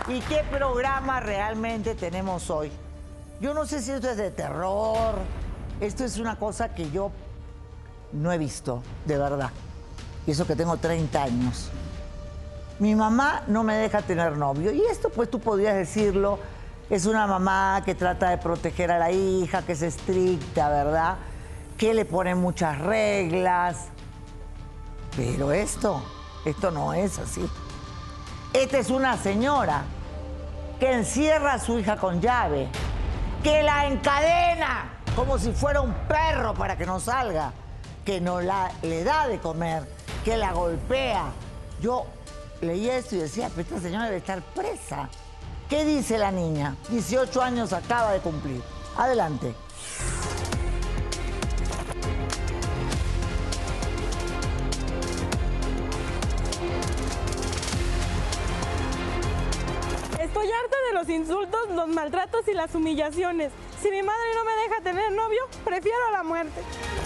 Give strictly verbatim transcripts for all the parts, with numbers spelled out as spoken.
¿Y qué programa realmente tenemos hoy? Yo no sé si esto es de terror. Esto es una cosa que yo no he visto, de verdad. Y eso que tengo treinta años. Mi mamá no me deja tener novio. Y esto, pues tú podrías decirlo, es una mamá que trata de proteger a la hija, que es estricta, ¿verdad? Que le pone muchas reglas. Pero esto, esto no es así. Esta es una señora que encierra a su hija con llave, que la encadena como si fuera un perro para que no salga, que no la, le da de comer, que la golpea. Yo leí esto y decía, pero esta señora debe estar presa. ¿Qué dice la niña? dieciocho años acaba de cumplir. Adelante. Estoy harta de los insultos, los maltratos y las humillaciones. Si mi madre no me deja tener novio, prefiero la muerte.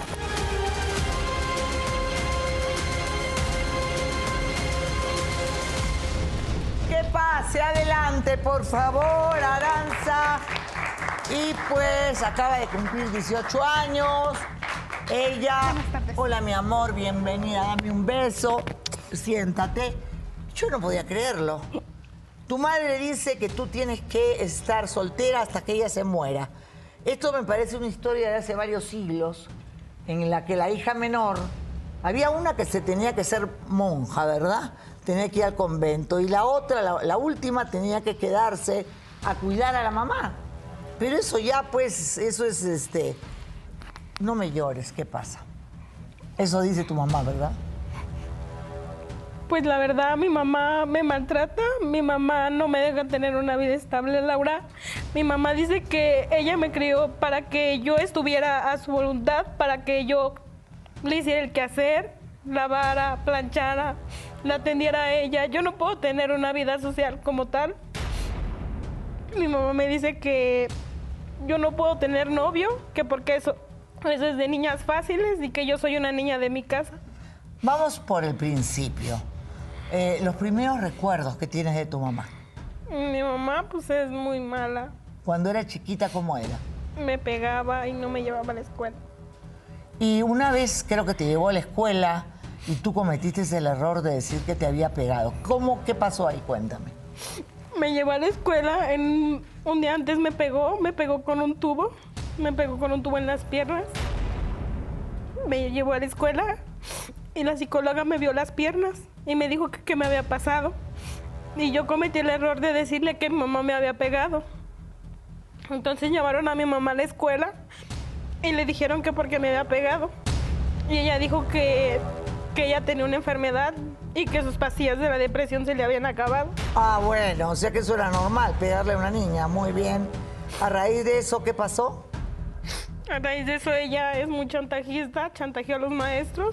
Que pase adelante, por favor, Aranza. Y pues acaba de cumplir dieciocho años. Ella, hola mi amor, bienvenida, dame un beso. Siéntate. Yo no podía creerlo. Tu madre dice que tú tienes que estar soltera hasta que ella se muera. Esto me parece una historia de hace varios siglos, en la que la hija menor, había una que se tenía que ser monja, ¿verdad? Tenía que ir al convento, y la otra, la, la última, tenía que quedarse a cuidar a la mamá. Pero eso ya, pues, eso es, este... No me llores, ¿qué pasa? Eso dice tu mamá, ¿verdad? Pues la verdad, mi mamá me maltrata, mi mamá no me deja tener una vida estable, Laura. Mi mamá dice que ella me crió para que yo estuviera a su voluntad, para que yo le hiciera el quehacer, lavara, planchara, la atendiera a ella. Yo no puedo tener una vida social como tal. Mi mamá me dice que yo no puedo tener novio, que porque eso, eso es de niñas fáciles y que yo soy una niña de mi casa. Vamos por el principio. Eh, los primeros recuerdos que tienes de tu mamá. Mi mamá, pues, es muy mala. Cuando era chiquita, ¿cómo era? Me pegaba y no me llevaba a la escuela. Y una vez creo que te llevó a la escuela y tú cometiste el error de decir que te había pegado. ¿Cómo? ¿Qué pasó ahí? Cuéntame. Me llevó a la escuela, en, un día antes me pegó, me pegó con un tubo, me pegó con un tubo en las piernas. Me llevó a la escuela y la psicóloga me vio las piernas y me dijo que qué me había pasado. Y yo cometí el error de decirle que mi mamá me había pegado. Entonces llevaron a mi mamá a la escuela y le dijeron que porque me había pegado. Y ella dijo que, que ella tenía una enfermedad y que sus pastillas de la depresión se le habían acabado. Ah, bueno, o sea que eso era normal, pegarle a una niña. Muy bien. A raíz de eso, ¿qué pasó? A raíz de eso ella es muy chantajista, chantajeó a los maestros.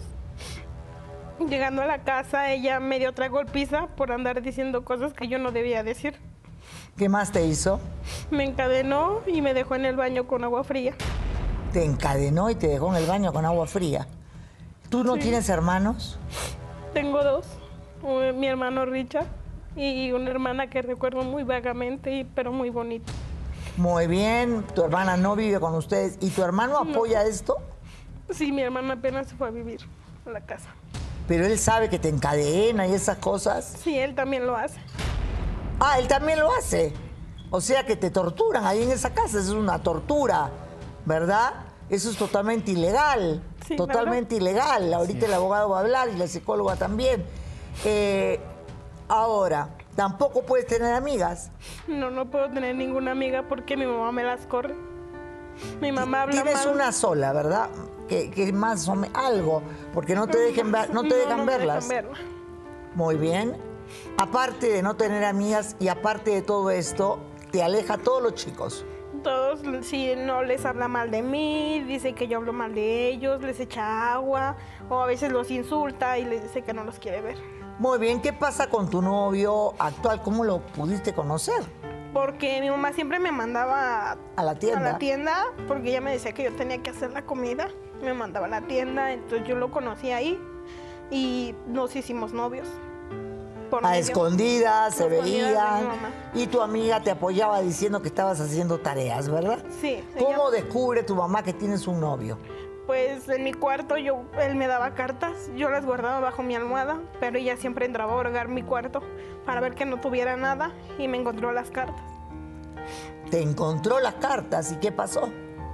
Llegando a la casa, ella me dio otra golpiza por andar diciendo cosas que yo no debía decir. ¿Qué más te hizo? Me encadenó y me dejó en el baño con agua fría. Te encadenó y te dejó en el baño con agua fría. ¿Tú no Sí. tienes hermanos? Tengo dos, un- mi hermano Richard y una hermana que recuerdo muy vagamente, y- pero muy bonita. Muy bien. ¿Tu hermana no vive con ustedes? ¿Y tu hermano apoya No. esto? Sí, mi hermana apenas se fue a vivir a la casa. Pero él sabe que te encadena y esas cosas. Sí, él también lo hace. Ah, él también lo hace. O sea que te torturan ahí en esa casa. Eso es una tortura, ¿verdad? Eso es totalmente ilegal. Sí, totalmente ilegal. Ahorita Sí. el abogado va a hablar y la psicóloga también. Eh, ahora, tampoco puedes tener amigas. No, no puedo tener ninguna amiga porque mi mamá me las corre. Mi mamá habla Tienes mal. una sola, ¿verdad? Que, que más o menos algo, porque no te dejen ver, no te dejan no me verlas. dejan verla. Muy bien. Aparte de no tener amigas y aparte de todo esto, te aleja a todos los chicos. Todos, si no les habla mal de mí, dice que yo hablo mal de ellos, les echa agua, o a veces los insulta y les dice que no los quiere ver. Muy bien. ¿Qué pasa con tu novio actual? ¿Cómo lo pudiste conocer? Porque mi mamá siempre me mandaba A la tienda. a la tienda, porque ella me decía que yo tenía que hacer la comida. Me mandaba a la tienda, entonces yo lo conocí ahí y nos hicimos novios. por A medio. escondidas, se escondidas de mi veían. mamá. Y tu amiga te apoyaba diciendo que estabas haciendo tareas, ¿verdad? Sí. ¿Cómo ella- descubre tu mamá que tienes un novio? Pues en mi cuarto yo, él me daba cartas, yo las guardaba bajo mi almohada, pero ella siempre entraba a hurgar mi cuarto para ver que no tuviera nada y me encontró las cartas. Te encontró las cartas y ¿qué pasó?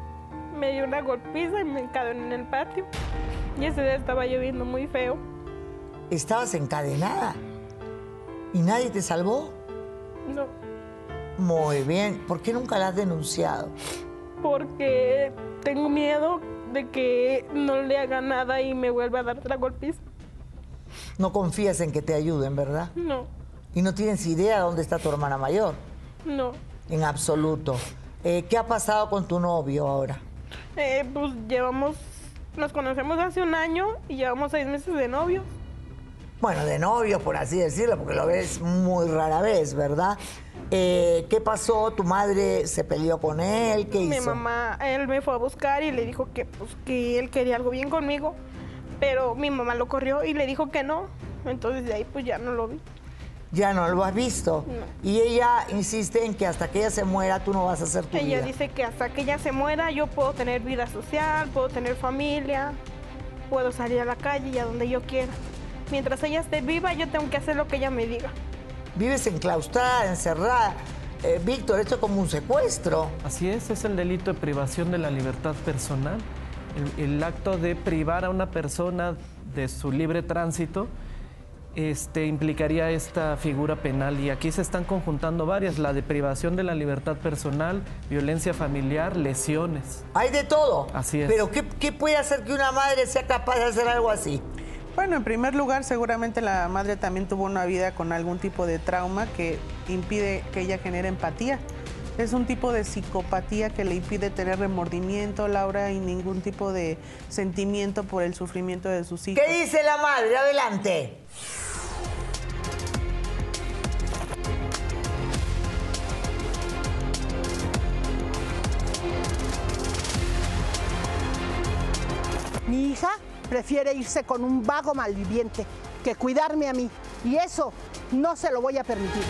Me dio una golpiza y me encadenó en el patio. Y ese día estaba lloviendo muy feo. Estabas encadenada y nadie te salvó. No, Muy bien. ¿Por qué nunca la has denunciado? porque tengo miedo de que no le haga nada y me vuelva a dar otra golpiza. No confías en que te ayuden, ¿verdad? No, Y no tienes idea dónde está tu hermana mayor. no. En absoluto. Eh, ¿Qué ha pasado con tu novio ahora? Eh, pues llevamos, nos conocemos hace un año y llevamos seis meses de novio. Bueno, de novio, por así decirlo, porque lo ves muy rara vez, ¿verdad? Eh, ¿Qué pasó? ¿Tu madre se peleó con él? ¿Qué Mi hizo? mamá, él me fue a buscar y le dijo que, pues, que él quería algo bien conmigo, pero mi mamá lo corrió y le dijo que no. Entonces de ahí pues ya no lo vi. Ya no lo has visto. No. Y ella insiste en que hasta que ella se muera tú no vas a hacer tu Ella vida. dice que hasta que ella se muera yo puedo tener vida social, puedo tener familia, puedo salir a la calle y a donde yo quiera. Mientras ella esté viva yo tengo que hacer lo que ella me diga. Vives enclaustrada, encerrada. Eh, Víctor, esto es como un secuestro. Así es, es el delito de privación de la libertad personal. El, el acto de privar a una persona de su libre tránsito este, implicaría esta figura penal. Y aquí se están conjuntando varias, la de privación de la libertad personal, violencia familiar, lesiones. Hay de todo. Así es. Pero ¿qué, qué puede hacer que una madre sea capaz de hacer algo así? Bueno, en primer lugar, seguramente la madre también tuvo una vida con algún tipo de trauma que impide que ella genere empatía. Es un tipo de psicopatía que le impide tener remordimiento, Laura, y ningún tipo de sentimiento por el sufrimiento de sus hijos. ¿Qué dice la madre? Adelante. Mi hija prefiere irse con un vago malviviente que cuidarme a mí. Y eso no se lo voy a permitir.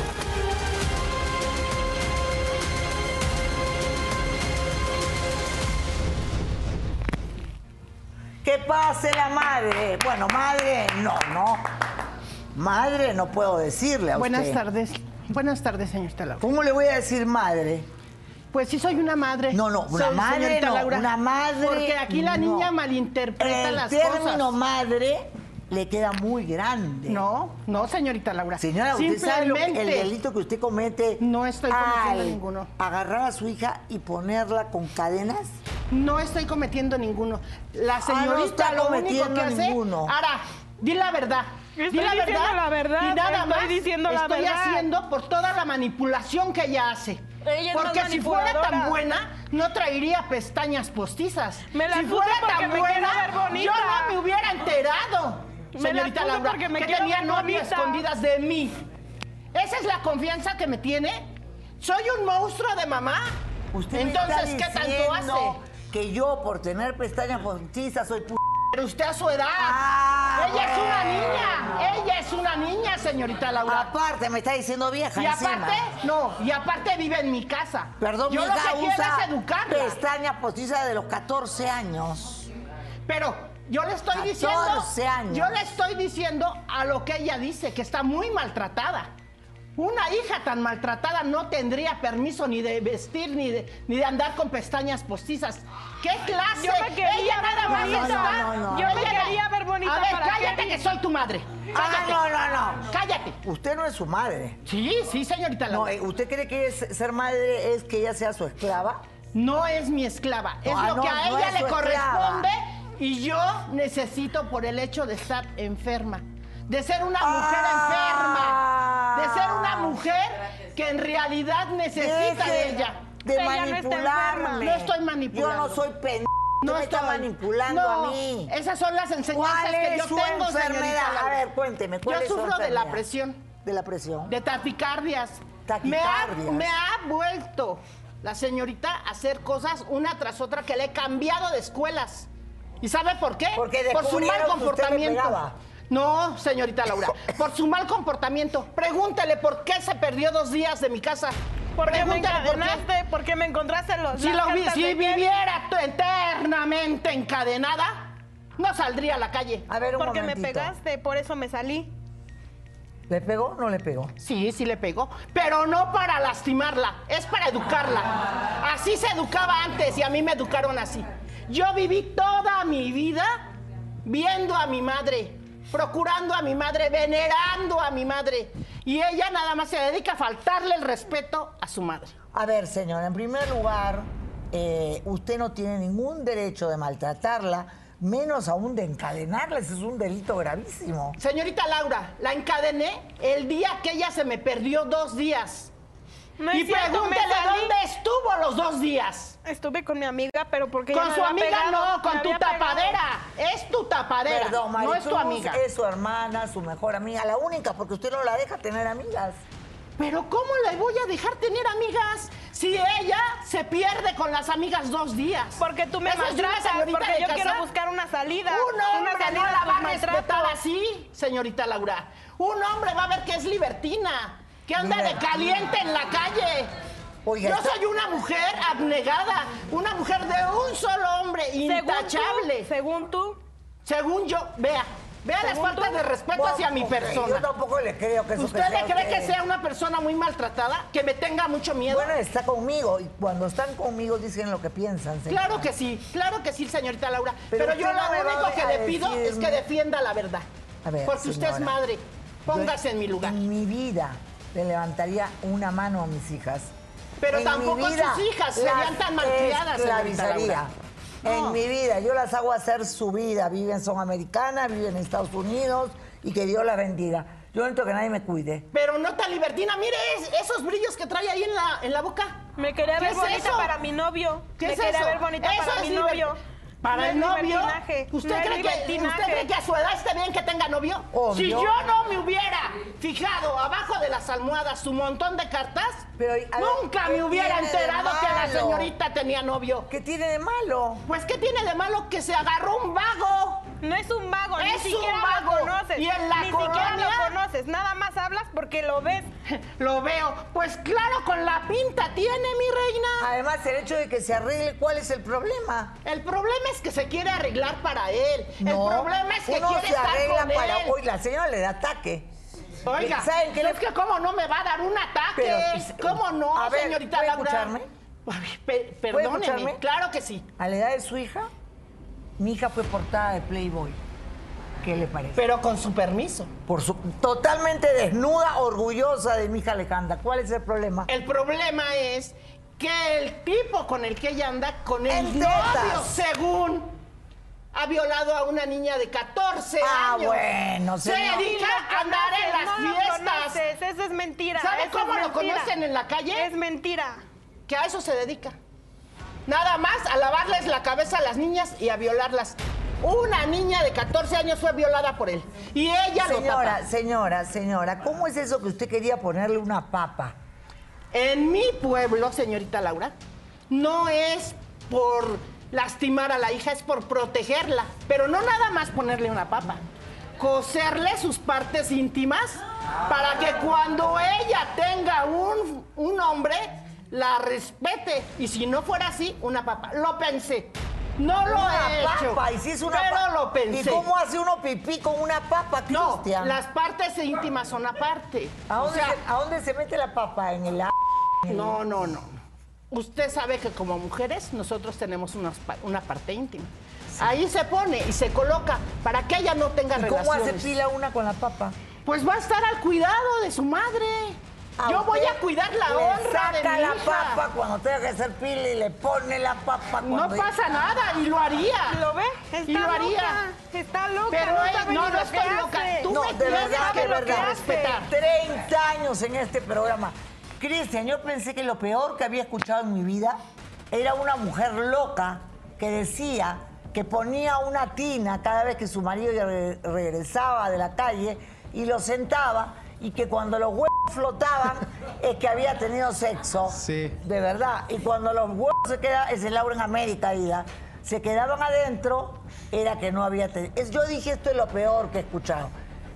¿Qué pase la madre? Bueno, madre, no, no. Madre, no puedo decirle a Buenas usted. tardes. Buenas tardes, señorita Laura. ¿Cómo le voy a decir madre? Pues sí soy una madre. No, no, una Soy madre señorita no, Laura. una madre Porque aquí la no. niña malinterpreta El las término cosas. madre le queda muy grande. No, no, señorita Laura. Señora, ¿usted sabe lo que- el Simplemente delito que usted comete? No estoy cometiendo al ninguno. agarrar a su hija y ponerla con cadenas. no estoy cometiendo ninguno. La Ah, no señorita está lo único cometiendo que hace... ninguno. Ahora, di la verdad. Estoy di la diciendo verdad. la verdad, Y nada estoy más diciendo la estoy verdad. haciendo por toda la manipulación que ella hace. Ella es Porque más si fuera tan manipuladora. buena, no traería pestañas postizas. Me las si puse fuera porque tan me buena, quiero ver bonita. yo no me hubiera enterado. Me las Señorita puse Laura, porque me que quiero tenía ver novias bonita. escondidas de mí. ¿Esa es la confianza que me tiene? ¿Soy un monstruo de mamá? Usted me Entonces, está ¿qué tanto diciendo hace? que yo, por tener pestañas postizas, soy p... Pero usted a su edad. Ah, ella es una bueno. niña. Ella es una niña, señorita Laura. Aparte, me está diciendo vieja y encima. aparte, no, y aparte vive en mi casa. Perdón, yo mi lo hija que quiero usa es educarla. pestañas postizas de los catorce años. Pero yo le estoy diciendo, catorce años. yo le estoy diciendo a lo que ella dice, que está muy maltratada. Una hija tan maltratada no tendría permiso ni de vestir ni de, ni de andar con pestañas postizas. ¿Qué clase? Yo me quería ella ver nada más bonita. está- No, no, no. Yo me Ella no- quería ver bonita A ver, para cállate qué. que soy tu madre. Ah, Cállate. no, no, no. Cállate. Usted no es su madre. Sí, sí, señorita No, Laura. eh, ¿usted cree que es- ser madre es que ella sea su esclava? No es mi esclava, es ah, lo no, que a no ella es le su esclava. corresponde y yo necesito por el hecho de estar enferma, de ser una mujer Ah. enferma, de ser una mujer que en realidad necesita Deje de ella. de Ella no está manipularme. enferma. No estoy manipulando. Yo no soy pendejo. No me está estoy- manipulando no, a mí. Esas son las enseñanzas ¿Cuál que es yo su tengo, señorita enfermedad? Laura. A ver, cuénteme, ¿cuál Yo es su sufro de la enfermedad? presión, ¿De la presión? de taquicardias. Taquicardias. Me ha, me ha vuelto la señorita a hacer cosas una tras otra que le he cambiado de escuelas. ¿Y sabe por qué? Porque por su mal descubrieron que usted le comportamiento. pegaba. No, señorita Laura, por su mal comportamiento. Pregúntele por qué se perdió dos días de mi casa. ¿Por qué me Pregúntele por qué. encadenaste? ¿Por qué me encontraste los Si, las lo vi- cartas si de piel? viviera tú eternamente encadenada, no saldría a la calle. A ver, un Porque me momentito. pegaste, por eso me salí. ¿Le pegó o no le pegó? Sí, sí le pegó, pero no para lastimarla, es para educarla. Así se educaba antes y a mí me educaron así. Yo viví toda mi vida viendo a mi madre, procurando a mi madre, venerando a mi madre. Y ella nada más se dedica a faltarle el respeto a su madre. A ver, señora, en primer lugar, eh, usted no tiene ningún derecho de maltratarla, menos aún de encadenarla. Ese es un delito gravísimo. Señorita Laura, la encadené el día que ella se me perdió dos días. No y es cierto, me pregúntele salí. dónde estuvo los dos días. Estuve con mi amiga, pero porque ella Con me su había amiga pegado, no, con me tu había pegado. tapadera. Es tu tapadera, Perdón, no es tu Maricruz amiga. es su hermana, su mejor amiga, la única, porque usted no la deja tener amigas. Pero ¿cómo le voy a dejar tener amigas si ella se pierde con las amigas dos días? Porque tú me ¿Esa es una maltratas, señorita porque de yo casa? quiero buscar una salida. Un hombre una salida no a la tus va a respetar maltratos. así, señorita Laura. Un hombre va a ver que es libertina, que anda de Libertina. caliente en la calle. Oiga, Yo está- soy una mujer abnegada, una mujer de un solo hombre, intachable. Según tú, Según yo, vea, vea las Según faltas tú. de respeto Bueno, hacia mi ok, persona. Yo tampoco le creo que eso ¿Usted que le sea cree que usted. sea una persona muy maltratada? ¿Que me tenga mucho miedo? Bueno, está conmigo y cuando están conmigo dicen lo que piensan, señora. Claro que sí, claro que sí, señorita Laura. Pero Pero, yo usted no lo me va único que a le pido decir- es que defienda la verdad. A ver, Porque usted es señora, madre. Póngase en mi lugar. En mi vida le levantaría una mano a mis hijas. Pero En tampoco mi vida sus hijas las serían tan malcriadas, señorita esclavizaría. Laura. En No. mi vida, yo las hago hacer su vida. Viven, son americanas, viven en Estados Unidos y que Dios las bendiga. Yo no necesito que nadie me cuide. Pero no tan libertina. Mire es- esos brillos que trae ahí en la, en la boca. me quería ¿Qué ver es bonita eso? para mi novio. ¿Qué me es quería eso? ver bonita Eso para es mi liber- novio. ¿Para No el es novio? libertinaje, ¿Usted, no es cree que, libertinaje. ¿Usted cree que a su edad está bien que tenga novio? Obvio. Si yo no me hubiera fijado abajo de las almohadas su montón de cartas, Pero, a ver, nunca ¿qué me hubiera tiene de enterado que la malo? señorita tenía novio. ¿Qué tiene de malo? Pues, ¿qué tiene de malo que se agarró un vago? No es un vago, Es ni un siquiera vago. lo conoces. Y en la ni siquiera colonia- lo conoces. Nada más hablas porque lo ves. Lo veo. Pues claro, con la pinta tiene, mi reina. Además, el hecho de que se arregle, ¿cuál es el problema? El problema es que se quiere arreglar para él. No, el problema es que uno quiere se estar arregla con para él. hoy. La señora le da ataque. Oiga, ¿saben qué le- es que cómo no me va a dar un ataque. Pero, ¿Cómo no, a ver, señorita ¿puede Laura? escucharme? Ay, pe- ¿Puede perdóneme, escucharme? claro que sí. A la edad de su hija, mi hija fue portada de Playboy. ¿Qué le parece? Pero con su permiso. Por su, totalmente desnuda, orgullosa de mi hija Alejandra. ¿Cuál es el problema? El problema es que el tipo con el que ella anda, con el En novio, tetas. según, ha violado a una niña de catorce Ah, años. bueno, Se señor. dedica a andar en las no fiestas. Lo conoces, eso es mentira. ¿Sabe eso cómo es lo mentira. conocen en la calle? Es mentira. Que a eso se dedica. Nada más a lavarles la cabeza a las niñas y a violarlas. Una niña de catorce años fue violada por él. Y ella lo Señora, tapa. señora, señora, ¿cómo es eso que usted quería ponerle una papa? En mi pueblo, señorita Laura, no es por lastimar a la hija, es por protegerla. Pero no nada más ponerle una papa. Coserle sus partes íntimas para que cuando ella tenga un, un hombre, la respete. Y si no fuera así, una papa. Lo pensé. No lo Una he hecho. papa, y si es una pero papa. lo pensé. ¿Y cómo hace uno pipí con una papa, No, Cristian? las partes íntimas son aparte. ¿A O dónde, sea, se, ¿A dónde se mete la papa? ¿En el a... no, no, no. Usted sabe que como mujeres nosotros tenemos unas pa- una parte íntima. Ahí se pone y se coloca para que ella no tenga ¿Y cómo relaciones. hace pila una con la papa? Pues va a estar al cuidado de su madre. ¿A Yo voy usted a cuidar la le honra de saca mi la hija. papa cuando tenga que hacer pila y le pone la papa No cuando... pasa nada y lo haría. ¿Lo ve? Está Y lo loca. haría. Está loca. Pero no él- sabe no, ni no lo que estoy loca. hace. Tú No, me de tienes verdad, que de verdad. respetar. treinta años en este programa. Cristian, yo pensé que lo peor que había escuchado en mi vida era una mujer loca que decía que ponía una tina cada vez que su marido ya re- regresaba de la calle y lo sentaba y que cuando los huevos flotaban es que había tenido sexo. Sí. De verdad. Y cuando los huevos se quedaban, ese es Laura en América, Ida, se quedaban adentro, era que no había tenido. Es- Yo dije, esto es lo peor que he escuchado.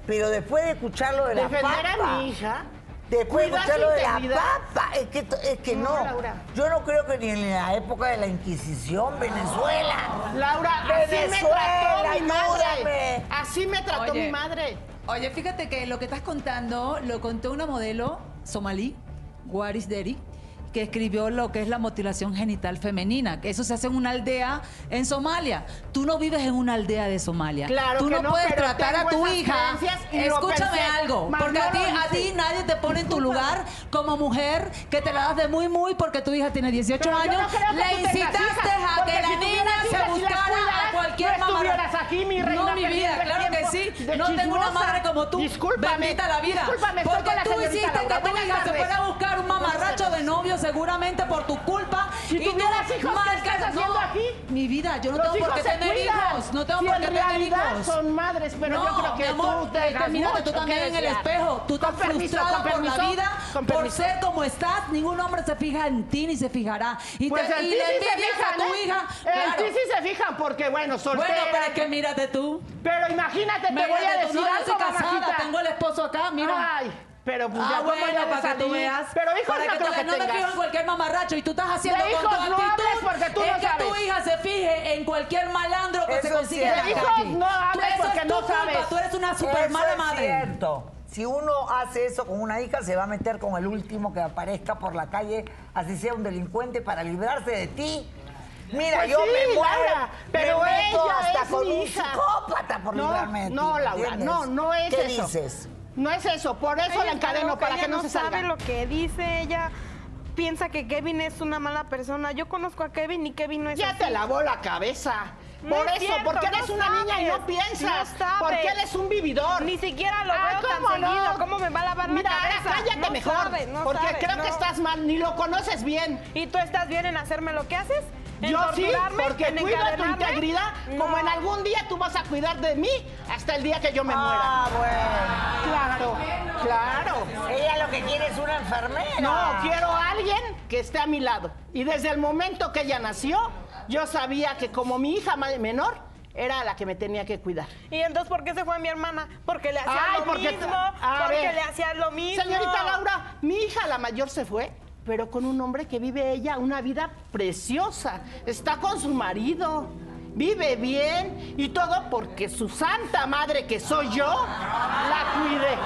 Pero después de escucharlo de la Defender papa... a mi hija. Después de cuidar escucharlo su de la integridad. papa, es que, es que no. No, Laura. Yo no creo que ni en la época de la Inquisición, Venezuela. Laura, así me Venezuela, trató mi madre. ayúdame. Así me trató Oye. mi madre. Oye, fíjate que lo que estás contando lo contó una modelo somalí, Waris Deri, que escribió lo que es la mutilación genital femenina, que eso se hace en una aldea en Somalia. Tú no vives en una aldea de Somalia. Claro Tú que no, no, puedes pero tratar a tengo tu esas hija. creencias y lo Escúchame pensé, algo, mas porque no a ti, lo a ti hice. nadie te pone en tu Discúlpame. lugar como mujer que te la das de muy muy porque tu hija tiene dieciocho Pero yo años. no creo que Le tú tengas incitaste hijas, a porque que si la tuvieras niña hijas se y las buscara cuidaras, a cualquier no mamá. estuvieras aquí, mi reina, No, mi vida, perdiendo el claro que tiempo sí. de No tengo una chismosa. madre como tú. Discúlpame. Bendita la vida. Discúlpame, estoy Porque con la tú señorita hiciste Laura. que tu Buenas hija se tardes. fuera a buscar un mamarracho de novio seguramente por tu culpa. Si y tú tuvieras hijos, ¿qué marcas- estás haciendo no, aquí? Mi vida, yo no Los tengo por hijos qué se tener cuidan. hijos. No tengo Si por en qué tener realidad hijos. son madres, pero yo creo que mi amor, tú dejas este, mírate tú mucho también que en el desear. espejo. Tú estás Con permiso, frustrada con por la permiso, vida, con por permiso. ser como estás. Ningún hombre se fija en ti ni se fijará. Y, Pues te, en y ti le sí se envidias fijan, a tu ¿eh? hija. En Claro. ti sí se fijan porque, bueno, soltera. Bueno, pero es que mírate tú. Pero imagínate, te Mírate voy a tú, decir no, yo algo, soy casada, mamacita. tengo el esposo acá, mira. Ay, pero pues Ah, ya, ¿cómo bueno, ya de para que tú salir? veas. Pero hijos para no que creo tú que no me tengas. fijo en cualquier mamarracho y tú estás haciendo De con hijos tu no actitud hables porque tú es no que sabes. tu hija se fije en cualquier malandro que Eso se es consigue en la cierto. calle. De hijos no hables Tú- eso porque es tu no culpa, sabes. Tú eres una super Eso mala es madre. cierto. Si uno hace eso con una hija, se va a meter con el último que aparezca por la calle, así sea un delincuente, para librarse de ti. Mira, Pues yo sí, me muero, Laura, pero me meto ella hasta es con mi un hija. psicópata por No, librarme de ti. no, ¿me Laura, entiendes? no, no es ¿Qué eso. dices? No es eso, por eso Ella la está encadeno, loca, para ella que no, se salga. sabe lo que dice, ella piensa que Kevin es una mala persona. Yo conozco a Kevin y Kevin no es Ya así. te lavó la cabeza. No Por es eso, cierto, porque eres no una niña y no sabes, piensas. no sabes. Porque él es un vividor. Ni siquiera lo Ah, veo tan ¿cómo no? seguido. ¿Cómo me va a lavar Mira, la ahora cabeza? cállate No mejor. sabes, no porque sabes, creo no. que estás mal, ni lo conoces bien. ¿Y tú estás bien en hacerme lo que haces? ¿En Yo sí, torturarme? porque ¿En cuido tu encadenarme? integridad. Como No. en algún día tú vas a cuidar de mí hasta el día que yo me muera. Ah, bueno. Claro, claro. Ella lo que quiere es una enfermera. No, quiero a alguien que esté a mi lado. Y desde el momento que ella nació, yo sabía que como mi hija ma- menor, era la que me tenía que cuidar. ¿Y entonces por qué se fue a mi hermana? Porque le hacía Ay, lo porque- mismo. a porque ver. le hacía lo mismo. Señorita Laura, mi hija la mayor se fue, pero con un hombre que vive ella una vida preciosa. Está con su marido, vive bien y todo porque su santa madre, que soy yo, la cuidé.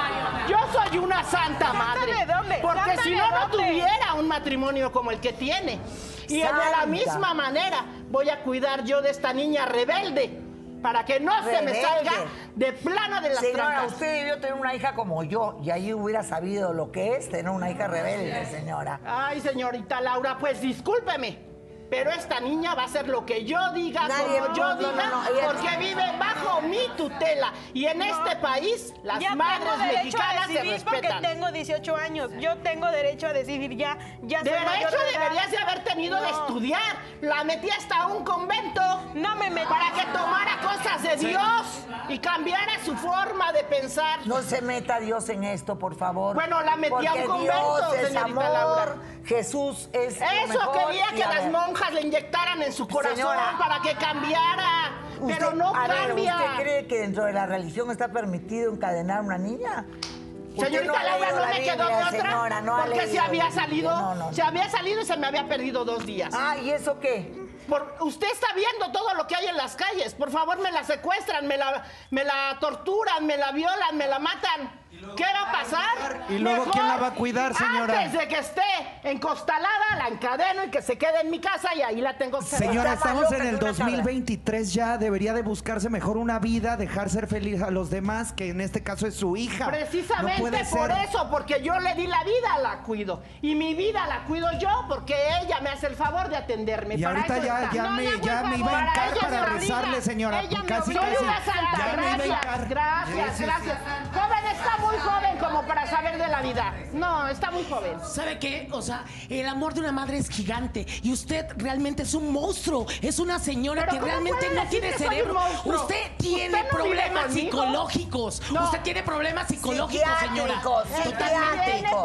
Yo soy una santa madre. ¿de dónde? Porque ¿Santa si de no, no dónde? tuviera un matrimonio como el que tiene. Y de la Santa. misma manera voy a cuidar yo de esta niña rebelde para que no se me Rebelde. salga de plano de las Señora, trancas. usted debió tener una hija como yo y ahí hubiera sabido lo que es tener una hija rebelde, señora. Ay, señorita Laura, pues discúlpeme. Pero esta niña va a hacer lo que yo diga, Nadie- como yo no, no, diga, no, no, ella- porque vive bajo mi tutela. Y en este país, las Ya madres tengo derecho mexicanas a se decidir porque respetan. tengo dieciocho años. Yo tengo derecho a decidir ya. Ya soy mayor Derecho de edad. deberías de haber tenido de No. estudiar. La metí hasta un convento. No me metí. Para que tomara cosas de Dios y cambiara su forma de pensar. No se meta Dios en esto, por favor. Bueno, la metí a un Porque convento, Dios es señorita amor, Laura. Jesús es lo Eso mejor, quería y que a las ver, monjas le inyectaran en su corazón Señora, para que cambiara. usted- Pero no a ver, cambia. ¿usted cree que dentro de la religión está permitido encadenar a una niña? Usted Señorita no ha Laura, leído no la me quedó Biblia, de otra. señora, no ha porque se leído había la Biblia. salido. No, no, no. Se había salido y se me había perdido dos días. Ah, ¿y eso qué? Por- usted está viendo todo lo que hay en las calles. Por favor, me la secuestran, me la, me la torturan, me la violan, me la matan. ¿Qué va a pasar? ¿Y luego quién la va a cuidar, señora? Antes de que esté encostalada, la encadeno y que se quede en mi casa y ahí la tengo que Señora, Está más estamos loca en que el una dos mil cabra. veintitrés ya. Debería de buscarse mejor una vida, dejar ser feliz a los demás, que en este caso es su hija. Precisamente No puede por ser. eso, porque yo le di la vida, la cuido. Y mi vida la cuido yo porque ella me hace el favor de atenderme. Y Para ahorita eso ya, está. ya No me, le hago ya el me iba a favor, hincar ella para me obliga. rezarle, señora. Ella me Casi, obliga. Soy casi. una santa, Ya me iba a gracias, hincar. gracias, Sí, sí, gracias. Joven, está muy joven como para saber de la vida. No, está muy joven. ¿Sabe qué? O sea, el amor de una madre es gigante y usted realmente es un monstruo. Es una señora Pero que ¿cómo realmente puede no decir tiene que soy un cerebro. monstruo? Usted tiene ¿Usted no vive problemas conmigo? psicológicos. No. Usted tiene problemas psicológicos, señora. Psiquiátricos, Totalmente. Tiene problemas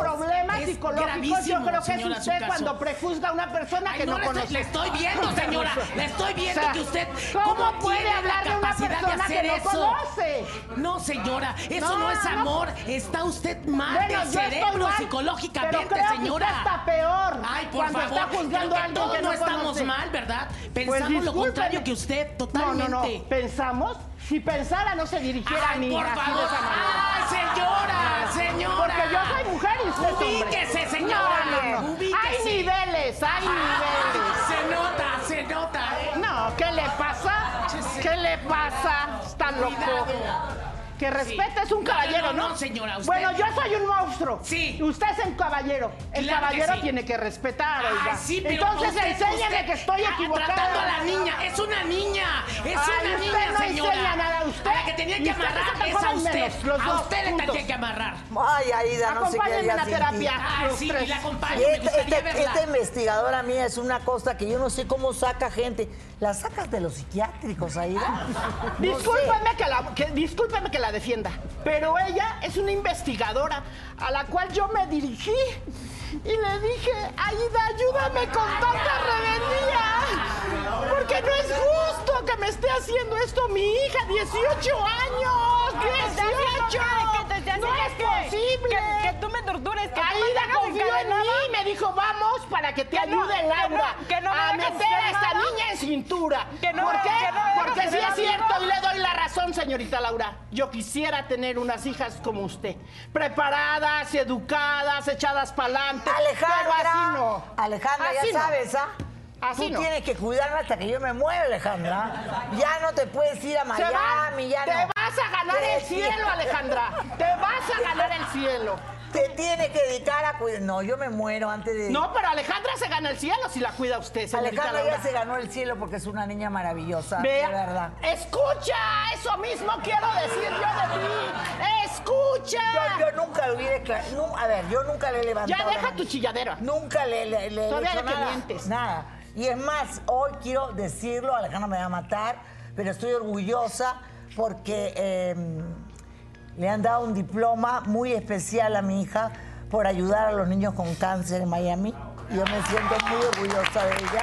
problemas Es psicológicos yo gravísimo, creo que es señora, su usted caso. cuando prejuzga a una persona Ay, que no, no, le estoy- conoce. le estoy viendo, señora. Le estoy viendo O sea, que usted. ¿Cómo puede tiene hablar la de una capacidad persona hacer que no eso? conoce? No, señora, eso No, no, es no. amor. Está usted mal Bueno, de yo estoy cerebro mal, psicológicamente, pero creo señora. Que usted está peor. Ay, por cuando favor. está juzgando Creo a que alguien todos que no no estamos conoce. mal, ¿verdad? Pues Pensamos lo discúlpeme. contrario que usted, totalmente. No, no, no. ¿Pensamos? Si pensara no se dirigiera a Ay, mí. por así de favor. esa manera. Ay, señora, señora. Porque yo soy mujer y usted es hombre. Ubíquese, señora. No, no, no. Ubíquese. Hay niveles, hay niveles. Se nota, se nota. No, ¿qué le pasa? ¿Qué le pasa? Está loco. Cuidado. Que respete es un No, caballero, no, ¿no? no, señora, usted- Bueno, yo soy un monstruo. Sí. Usted es un caballero. El Claro que caballero sí. tiene que respetar, Ay, oiga. sí, pero Entonces usted- enséñeme usted- que estoy ah, equivocada. Tratando a la niña, es una niña, es Ay, una usted niña, no señora. enseña nada, usted- A la que tenía y que usted amarrar se es a joven usted. menos, los A dos usted le juntos. tendría que amarrar. Ay, Aida, no sé qué Acompáñenme a haría la sin ti. terapia. Ah, los sí, tres. y la acompaño, Y me esta, gustaría esta- verla. esta investigadora mía es una cosa que yo no sé cómo saca gente. ¿La sacas de los psiquiátricos, Aida? No sé. Discúlpeme que, la, que, discúlpeme que la defienda, pero ella es una investigadora a la cual yo me dirigí y le dije, Aida, ayúdame con tanta rebeldía, porque no es justo que me esté haciendo esto mi hija, dieciocho años, dieciocho, no es posible. Que, que tú me tortures, que tú me Aida tengas confió en encadenada. mí y me dijo, vamos para que te Que no, ayude que Laura no, que no me a dejes meter a hacer esta nada. niña en cintura. Que no, ¿Por qué? que no me dejes Porque sí tener es cierto amigos. y le doy la razón, señorita Laura. Yo quisiera tener unas hijas como usted, preparadas, educadas, echadas para adelante. Alejandra, pero así no. Alejandra, Así ya no. sabes, ¿ah? Así Tú no. tienes que cuidarme hasta que yo me mueva, Alejandra. Ya no te puedes ir a Se va- Miami, ya te no. vas a ganar Te el cielo, Alejandra. Te vas a ganar el cielo. Te tienes que dedicar a cuidar. No, yo me muero antes de. No, pero Alejandra se gana el cielo si la cuida usted, señorita Alejandra Laura. ya se ganó el cielo porque es una niña maravillosa, Vea, de verdad. escucha, eso mismo quiero decir yo de ti. Escucha. Yo, yo nunca le hubiera declar- nu- A ver, yo nunca le he levantado. Ya la deja mano. tu chilladera. Nunca le, le, le he Todavía hecho de que nada. mientes. Nada. Y es más, hoy quiero decirlo, Alejandra me va a matar, pero estoy orgullosa porque eh, le han dado un diploma muy especial a mi hija por ayudar a los niños con cáncer en Miami. Y yo me siento muy orgullosa de ella.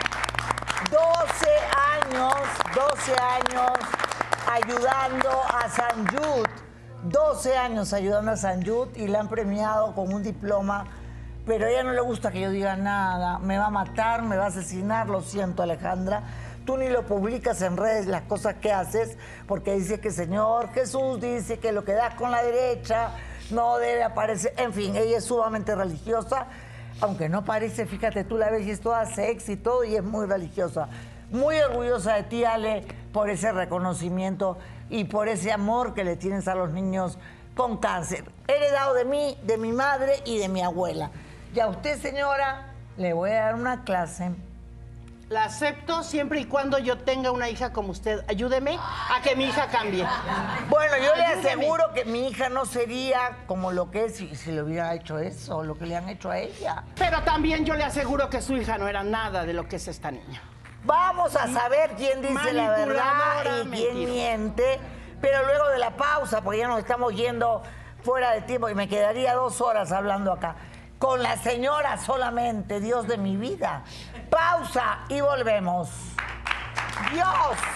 doce años, doce años ayudando a San Jude. doce años ayudando a San Jude y la han premiado con un diploma. Pero a ella no le gusta que yo diga nada. Me va a matar, me va a asesinar. Lo siento, Alejandra. Tú ni lo publicas en redes las cosas que haces porque dice que Señor Jesús dice que lo que das con la derecha no debe aparecer. En fin, ella es sumamente religiosa. Aunque no parece, fíjate, tú la ves y es toda sexy y todo y es muy religiosa. Muy orgullosa de ti, Ale, por ese reconocimiento y por ese amor que le tienes a los niños con cáncer. Heredado de mí, de mi madre y de mi abuela. Y a usted, señora, le voy a dar una clase. La acepto siempre y cuando yo tenga una hija como usted. Ayúdeme a que mi hija cambie. Bueno, yo le Ayúdeme. aseguro que mi hija no sería como lo que es si, si le hubiera hecho eso, lo que le han hecho a ella. Pero también yo le aseguro que su hija no era nada de lo que es esta niña. Vamos a saber quién dice la verdad Manipuladora, y quién mentirosa. miente, pero luego de la pausa, porque ya nos estamos yendo fuera de tiempo y me quedaría dos horas hablando acá. Con la señora solamente, Dios de mi vida. Pausa y volvemos. Dios,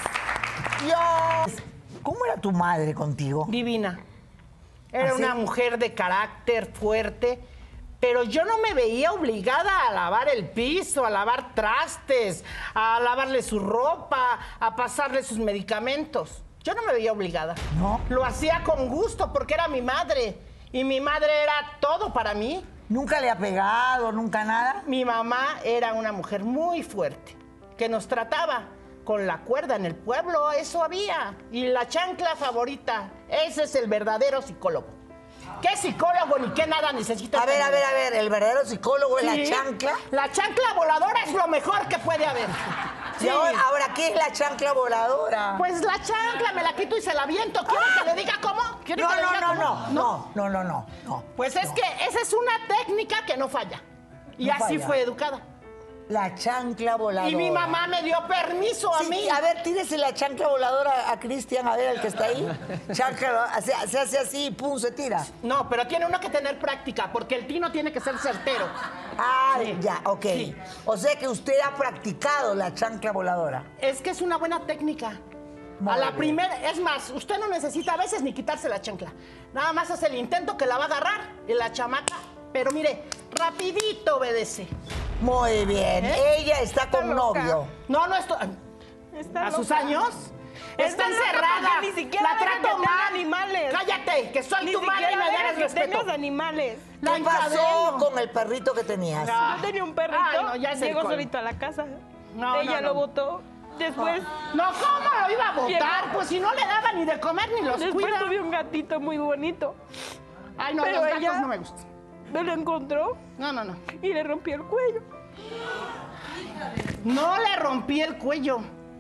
Dios. ¿Cómo era tu madre contigo? Divina. Era ¿Ah, sí? una mujer de carácter fuerte, pero yo no me veía obligada a lavar el piso, a lavar trastes, a lavarle su ropa, a pasarle sus medicamentos. Yo no me veía obligada. ¿No? Lo hacía con gusto porque era mi madre. Y mi madre era todo para mí. ¿Nunca le ha pegado, nunca nada? Mi mamá era una mujer muy fuerte, que nos trataba con la cuerda en el pueblo, eso había. Y la chancla favorita, ese es el verdadero psicólogo. ¿Qué psicólogo ni qué nada necesita? A ver, a ver, a ver, el verdadero psicólogo es Sí, la chancla. La chancla voladora es lo mejor que puede haber. Y ahora, ahora, ¿qué es la chancla voladora? Pues la chancla me la quito y se la aviento. ¿Quiere que le diga cómo? ¿Quiere No, que le no, diga no, cómo? no, no, no, no, no, no. Pues es no. que esa es una técnica que no falla. Y No así falla. fue educada. La chancla voladora. Y mi mamá me dio permiso a Sí, mí. a ver, tírese la chancla voladora a Cristian, a ver, el que está ahí. Chancla, se, se hace así y pum, se tira. No, pero tiene uno que tener práctica, porque el tino tiene que ser certero. Ah, Sí. ya, ok. Sí. O sea que usted ha practicado la chancla voladora. Es que es una buena técnica. Muy a la bien. primera, es más, usted no necesita a veces ni quitarse la chancla. Nada más hace el intento que la va a agarrar y la chamaca, pero mire, rapidito obedece. Muy bien. ¿Eh? Ella está con loca. novio. No, no estoy. Está ¿A sus loca. años? Está Está loca encerrada. porque ni siquiera la deja trato que tenga mal. animales. Cállate, que soy Ni tu madre y siquiera me dejas debes que respeto. tengas animales. La ¿Qué pasó encadeno. con el perrito que tenías? Ah. Yo tenía un perrito, Ay, no, ya es el llegó colmo. solito a la casa. No, Ella no, lo no. botó. Después, No, ¿cómo lo iba a votar? Llegó. Pues si no le daba ni de comer ni los después cuida. tuve un gatito muy bonito. Ay, no, Pero los gatos ella- no me gustan. Me lo encontró No, no, no. y le rompió el cuello. No le rompí el cuello.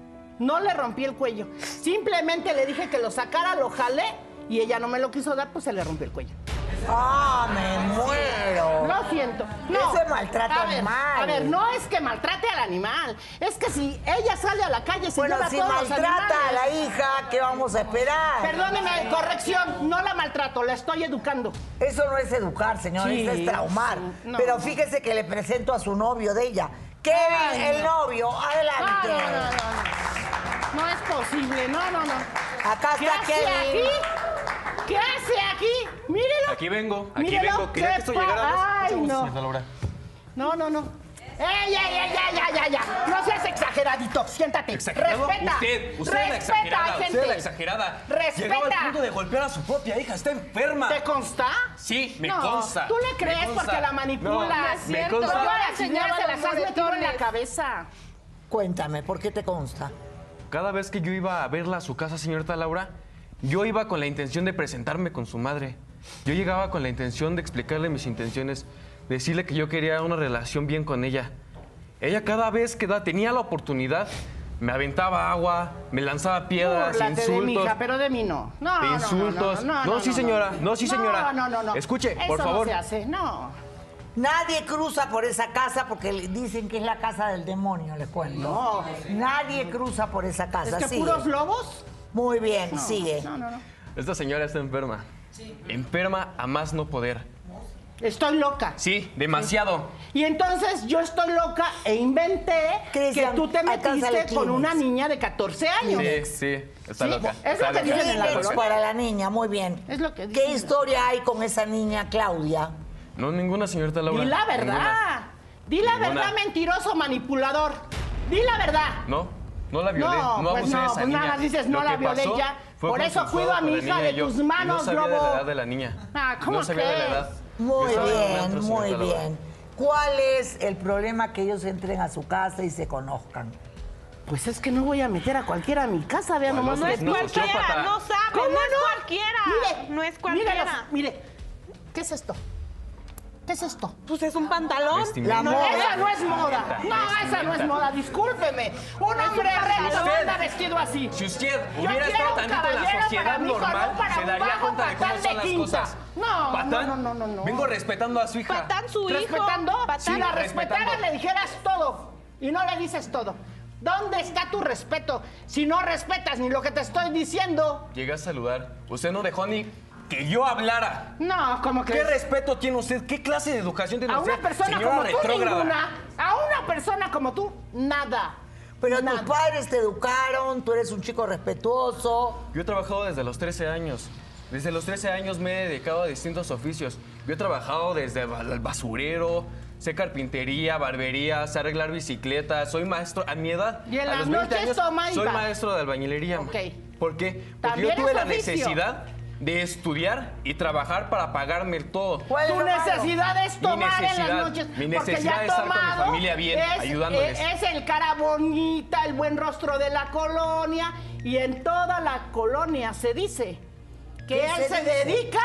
No le rompí el cuello. Simplemente le dije que lo sacara, lo jalé y ella no me lo quiso dar, pues se le rompió el cuello. ¡Ah, me muero! Lo siento. No. Ese maltrato a ver, animal. A ver, no es que maltrate al animal. Es que si ella sale a la calle, se Bueno, lleva si todos los maltrata a animales. la hija, ¿qué vamos a esperar? Perdóneme, corrección, no la maltrato, la estoy educando. Eso no es educar, señor, Sí, eso es traumar. sí, no. Pero fíjese que le presento a su novio de ella. Kevin, Ay, el no. novio, No, adelante. no, no, no, no. No es posible, no, no, no. Acá ¿Qué está hace Kevin. aquí? ¿Qué hace aquí? Mírelo. Aquí vengo, aquí Mírelo, vengo. Quería qué que esto pa- llegara. Ay, Mucho gusto, no. señorita Laura. No, no, no. ¡Ey, ey, ey, ya, ya, ya, ya! No seas exageradito. Siéntate. ¿Exagerado? Respeta. Usted, usted es la Respeta, exagerada. gente. Usted es la exagerada. Respeta. Llegaba al punto de golpear a su propia hija. Está enferma. ¿Te consta? Sí, me no, consta. Tú le Me crees consta. porque la manipulas. No, me consta. Todas Yo le las ideas enseñaba se los las has metido en la moretones. cabeza. Cuéntame, ¿por qué te consta? Cada vez que yo iba a verla a su casa, señorita Laura, yo iba con la intención de presentarme con su madre. Yo llegaba con la intención de explicarle mis intenciones, decirle que yo quería una relación bien con ella. Ella cada vez que da- tenía la oportunidad, me aventaba agua, me lanzaba piedras, Búrlate insultos. de mi hija, pero de mí no. No, de no, no, insultos. No, no, No, no, sí, no, señora. no. No, sí, señora. No, no, no. Escuche, Eso por favor. no se hace, no. Nadie cruza por esa casa porque le dicen que es la casa del demonio, les cuento. No. Nadie cruza por esa casa. ¿Es que Sigue. puros lobos? Muy bien, sigue. No, no, no. Esta señora está enferma. Enferma a más no poder. Estoy loca. Sí, demasiado. Y entonces yo estoy loca e inventé Cristian, que tú te alcánzale metiste con Kleenex. una niña de catorce años. Sí, sí, está Sí, loca. es está lo que loca. dicen en la Kleenex colonia. para la niña, muy bien. Es lo que ¿Qué dicen. historia hay con esa niña Claudia? No, ninguna señorita Laura. Di la verdad. ninguna. Di la Ninguna. verdad, mentiroso manipulador. Di la verdad. No, no la violé. No, No, pues abusé no, de esa pues niña. nada más dices, no Lo la que violé pasó ya. fue Por eso consensuado cuido a mi por la hija niña de y yo, tus y manos, no sabía de lobo. la edad de la niña. Ah, ¿cómo No sabía de la crees? edad. Yo Muy estaba en el bien, antro, muy señorita Laura. bien. ¿Cuál es el problema que ellos entren a su casa y se conozcan? Pues es que no voy a meter a cualquiera a mi casa, vean Bueno, nomás no que es tú. cualquiera. sociópata. No sabe, ¿Cómo no, es no? cualquiera. Mire, no es cualquiera. Mire, los- mire, ¿qué es esto? ¿Qué es esto? Pues es un pantalón. Vestimenta. La No, moda. esa no es moda. No, esa no es moda, discúlpeme. Un hombre recto Usted- anda vestido así. Si usted Yo hubiera quiero estado un tantito en la caballero sociedad para mi hijo, normal, no para se un daría bajo cuenta de cómo patán son de las quinta. cosas. No, ¿Patán? no, no, no, no, no. Vengo respetando a su hija. Patán su hijo. ¿Respetando? Patán. Si la respetando. respetaras le dijeras todo y no le dices todo. ¿Dónde está tu respeto? Si no respetas ni lo que te estoy diciendo. Llegué a saludar. Usted no dejó ni que yo hablara. No, como que... ¿Qué respeto tiene usted? ¿Qué clase de educación tiene A usted? una persona señora como tú, retrógrada? ninguna. A una persona como tú, nada. Pero Nada. tus padres te educaron, tú eres un chico respetuoso. Yo he trabajado desde los trece años. Desde los trece años me he dedicado a distintos oficios. Yo he trabajado desde el basurero, sé carpintería, barbería, sé arreglar bicicletas, soy maestro a mi edad. Y en a las los veinte noches años, toma y soy va. maestro de albañilería. Ok. ¿Por qué? Porque También yo tuve es la oficio. necesidad de estudiar y trabajar para pagarme todo. ¿Cuál es Tu lo malo? necesidad es Mi tomar en necesidad, las noches. mi porque necesidad ya es estar con mi tomado familia bien, es, ayudándoles. eh, Es el cara bonita, el buen rostro de la colonia. Y en toda la colonia se dice que ¿Qué él se se, dice? dedica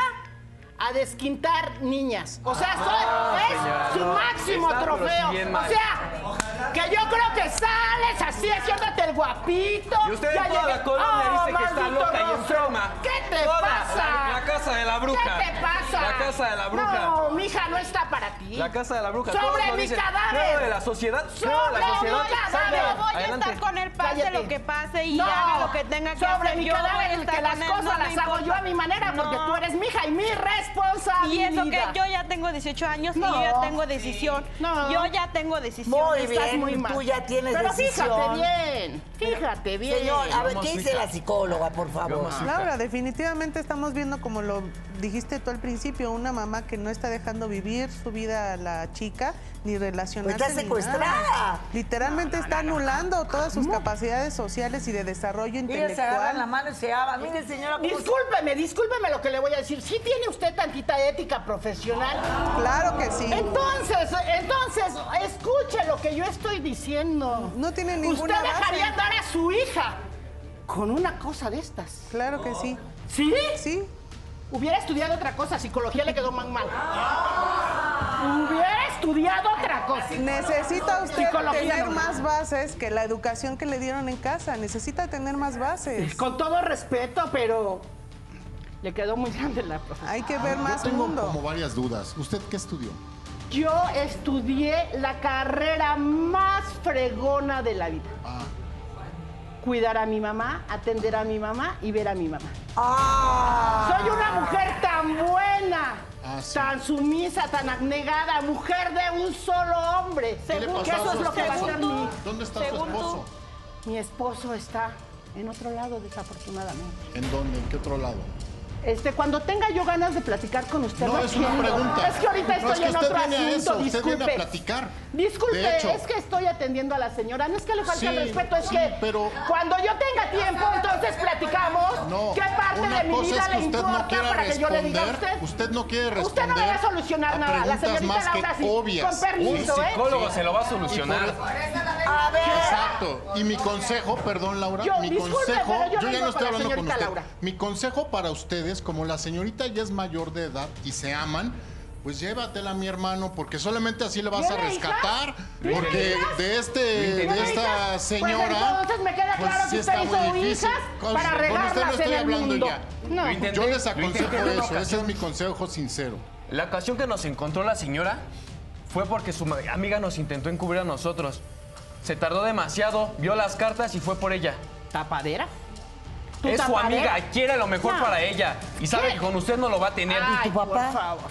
a desquintar niñas. O sea, soy- Ah, es señora, su no, máximo está, pero trofeo. sí bien O mal. sea, Que yo creo que sales así, haciéndote el guapito. Y usted Ya en toda llegué- la colonia ¡Oh, dice que está maldito loca y Rosso! enferma. ¿Qué te Toda, pasa? La, la casa de la bruja. ¿Qué te pasa? La casa de la bruja. No, mija, no está para ti. La casa de la bruja. Sobre Todos lo mi dicen. cadáver. Creo de la sociedad. Creo de Sobre la sociedad. mi cadáver. Salga, Yo voy a adelante. estar con él, pase Cállate. lo que pase y No, haga lo que tenga que sobre hacer. mi Yo voy a cadáver, estar que las con él, cosas no me las hago importa. yo a mi manera, porque No. tú eres mi hija y mi responsabilidad. Y eso que yo ya tengo dieciocho años y No. yo ya tengo decisión. No. Yo ya tengo decisión. Muy Estás bien, muy mal. tú ya tienes Pero decisión. fíjate bien, fíjate bien. Señor, a ver, Vamos, ¿qué dice hija. la psicóloga, por favor? Vamos, hija. Laura, definitivamente estamos viendo, como lo dijiste tú al principio, una mamá que no está dejando vivir su vida a la chica, ni relacionarse. Pues está ni secuestrada. nada. Literalmente está anulando todas sus capacidades sociales y de desarrollo Ellas se agarran la intelectual. mano y se aman. Mire, señora, ¿cómo se- Discúlpeme, discúlpeme lo que le voy a decir. ¿Sí tiene usted tantita ética profesional? Claro que sí. Entonces, entonces, escuche lo que yo estoy diciendo. No tiene ninguna ¿Usted dejaría base. andar a su hija con una cosa de estas? Claro que sí. ¿Sí? Sí. Hubiera estudiado otra cosa, psicología le quedó más mal. Hubiera estudiado otra cosa. Necesita usted Psicología tener no. más bases que la educación que le dieron en casa. Necesita tener más bases. Con todo respeto, pero le quedó muy grande la profesión. Hay que ver más Yo tengo mundo. como varias dudas. ¿Usted qué estudió? Yo estudié la carrera más fregona de la vida. Ah, Cuidar a mi mamá, atender a mi mamá y ver a mi mamá. ¡Ah! Soy una mujer tan buena, Ah, sí. tan sumisa, tan abnegada, mujer de un solo hombre. ¿qué le Que pasó eso a es su lo que va a esposo? ser mi... ¿Dónde está su Según tú. esposo? Mi esposo está en otro lado, desafortunadamente. ¿En dónde? ¿En qué otro lado? Este, cuando tenga yo ganas de platicar con usted. No, lo es una atiendo. pregunta. Es que ahorita No, estoy es que en usted otro viene a asunto, eso, usted disculpe. viene a platicar. Disculpe, De hecho. es que estoy atendiendo a la señora. No es que le falte Sí, el respeto, es sí, que pero- cuando yo tenga tiempo, entonces platicamos. No, ¿Qué parte una de mi cosa vida es que le usted no importa quiere para que yo le diga a responder. usted? Usted no quiere responder. Usted no me va a solucionar a nada. La preguntas señorita más que Laura sí. obvias. Con permiso, Un ¿eh? psicólogo se lo va a solucionar. A ver. Exacto. Y mi consejo, perdón, Laura, Yo, mi disculpe, consejo, pero yo yo ya vengo no estoy con la hablando con señorita usted. Laura. Mi consejo para ustedes, como la señorita ya es mayor de edad y se aman, pues llévatela, mi hermano, porque solamente así le vas a ¿Tiene hijas? rescatar. ¿Tiene Porque hijas? de este, de ¿Tiene esta hijas? señora. Pues entonces me queda pues, claro sí que usted está hizo muy difícil. hijas Con- para con usted no regarlas estoy en el hablando mundo. ya. No. Lo intenté, Yo les lo aconsejo intenté en una eso, ese ocasión. es mi consejo sincero. La ocasión que nos encontró la señora fue porque su ma- amiga nos intentó encubrir a nosotros. Se tardó demasiado, vio las cartas y fue por ella. ¿Tapadera? ¿Tu Es su tapadera? amiga, quiere lo mejor No. para ella. Y sabe ¿Qué? que con usted no lo va a tener. Ay, tu papá? por favor.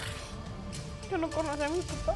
Yo no conocí a mi papá.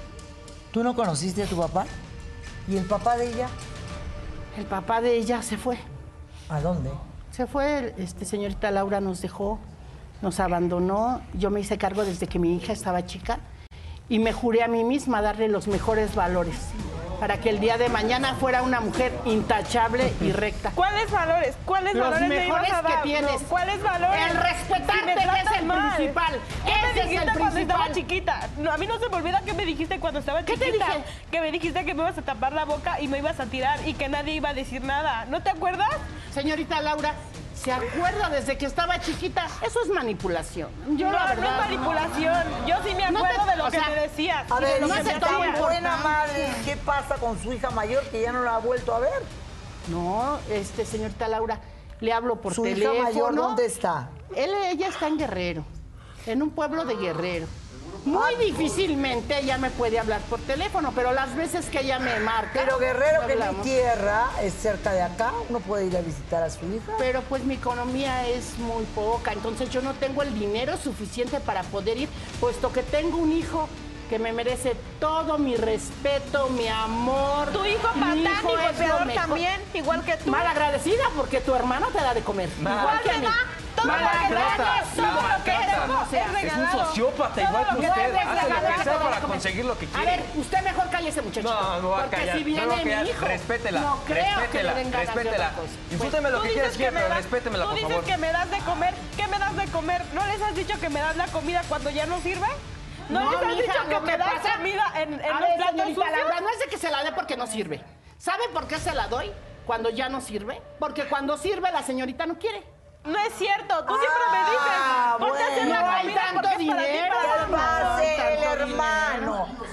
¿Tú no conociste a tu papá? ¿Y el papá de ella? El papá de ella se fue. ¿A dónde? Se fue, este, señorita Laura nos dejó, nos abandonó. Yo me hice cargo desde que mi hija estaba chica y me juré a mí misma darle los mejores valores para que el día de mañana fuera una mujer intachable y recta. ¿Cuáles valores? ¿Cuáles Los valores me ibas mejores a que dar? tienes. No, ¿cuáles valores? El respetarte, Si me que es tratas el mal. principal. ¿Qué Ese me es el dijiste cuando estaba principal. chiquita? No, a mí no se me olvida qué me dijiste cuando estaba ¿Qué te chiquita. dije? Que me dijiste que me ibas a tapar la boca y me ibas a tirar y que nadie iba a decir nada. ¿No te acuerdas? Señorita Laura, ¿se acuerda desde que estaba chiquita? Eso es manipulación. Yo no, la no verdad, es manipulación. Yo sí me No acuerdo te- de lo o que sea, me decías. A y de ver, lo no que dice se me tan toma hacías. buena madre. ¿Qué pasa con su hija mayor que ya no la ha vuelto a ver? No, este, señorita Laura, le hablo por ¿Su teléfono. hija mayor dónde está? Él, ella está en Guerrero, en un pueblo de Guerrero. Muy difícilmente ella me puede hablar por teléfono, pero las veces que ella me marca... Pero Guerrero, que es mi hablamos. tierra, es cerca de acá. Uno puede ir a visitar a su hija. Pero pues mi economía es muy poca, entonces yo no tengo el dinero suficiente para poder ir, puesto que tengo un hijo que me merece todo mi respeto, mi amor. Tu hijo Mi patán hijo y es lo golpeador mejor. también, igual que tú. Mal agradecida porque tu hermano te da de comer. Mal- Igual que a te mí. da todo lo que Maltrata, tengo, todo la lo que maltrata. tengo es Es un regalado. sociópata Todo igual lo que que usted. tengo es Hace lo regalado. que sea para comer. conseguir lo que A quiere. ver, usted mejor cállese, muchacho. No, no va a porque callar. si no viene va a callar. mi hijo, Respétela. no creo respétela. que le den ganas de respétela. otra cosa. Disfrúteme lo Tú que dices quieras, que me pero das- respétemela, Tú por dices favor. que me das de comer. ¿Qué me das de comer? ¿No les has dicho que me das la comida cuando ya no sirve? ¿No, les has mija, dicho que lo me das pasa- comida en, en A los ver, platos señorita sucios? Laura, no es de que se la dé porque no sirve. ¿Sabe por qué se la doy cuando ya no sirve? Porque cuando sirve la señorita no quiere. No es cierto, tú siempre me dices, Ah, ponte a hacer bueno. la No hay comida tanto porque es para ti, dinero. para ¿Qué los demás. va a hacer tanto el hermano?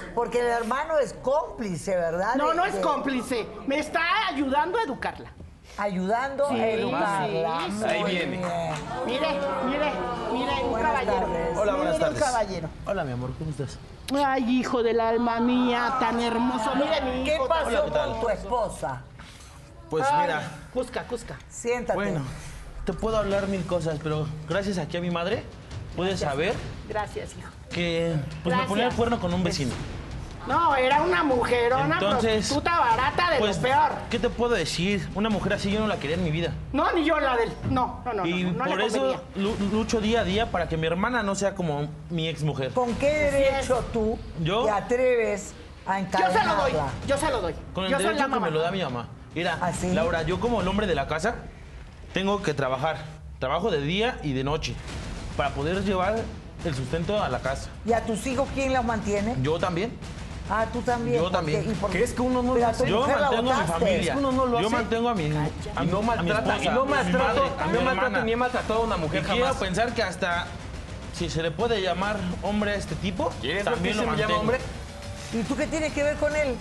Porque el hermano es cómplice, ¿verdad? No, De- no es de- cómplice. Me está ayudando a educarla. Ayudando Sí, a educarla. sí, Muy Ahí viene. bien. Mire, mire, mire, un Buenas caballero. tardes. Hola, buenas Mire, tardes. un caballero. Hola, mi amor, ¿cómo estás? Ay, hijo del alma mía, tan hermoso. Mire, mi ¿Qué hijo. pasó Hola, ¿qué tal? con tu esposa? Pues Ay, mira, Cusca, Cusca. Siéntate. bueno, te puedo hablar mil cosas, pero gracias aquí a mi madre puedes saber Gracias, hijo. que pues, Gracias. me ponía el cuerno con un vecino. No, era una mujerona Entonces, prostituta barata de Pues, lo peor. ¿qué te puedo decir? Una mujer así yo no la quería en mi vida. No, ni yo la del. No, no, no. y no, no por le eso convenía. lu- lucho día a día para que mi hermana no sea como mi ex mujer. ¿Con qué derecho tú ¿Yo? te atreves a Yo se lo encadenarla? doy. Yo se lo doy. Con el yo soy la derecho que mamá. me lo da mi mamá. Mira, ¿Ah, sí? Laura, yo como el hombre de la casa tengo que trabajar. Trabajo de día y de noche para poder llevar el sustento a la casa. ¿Y a tus hijos quién los mantiene? Yo también. Ah, tú también. Yo ¿Por qué? también. ¿Y por ¿Crees que uno no Pero lo a tu hace? Yo mujer la mantengo a mi botaste. familia. uno no lo Yo hace. mantengo a mi, a, Y no mi- a mi maltrata, esposa, y no a mi maltrato, madre, a mí mi no maltrato hermana. ni he maltratado a una Y mujer quiero jamás. pensar que hasta si se le puede llamar hombre a este tipo, ¿Quieres ver también que lo se me llama mantengo. hombre? ¿Y tú qué tienes que ver con él?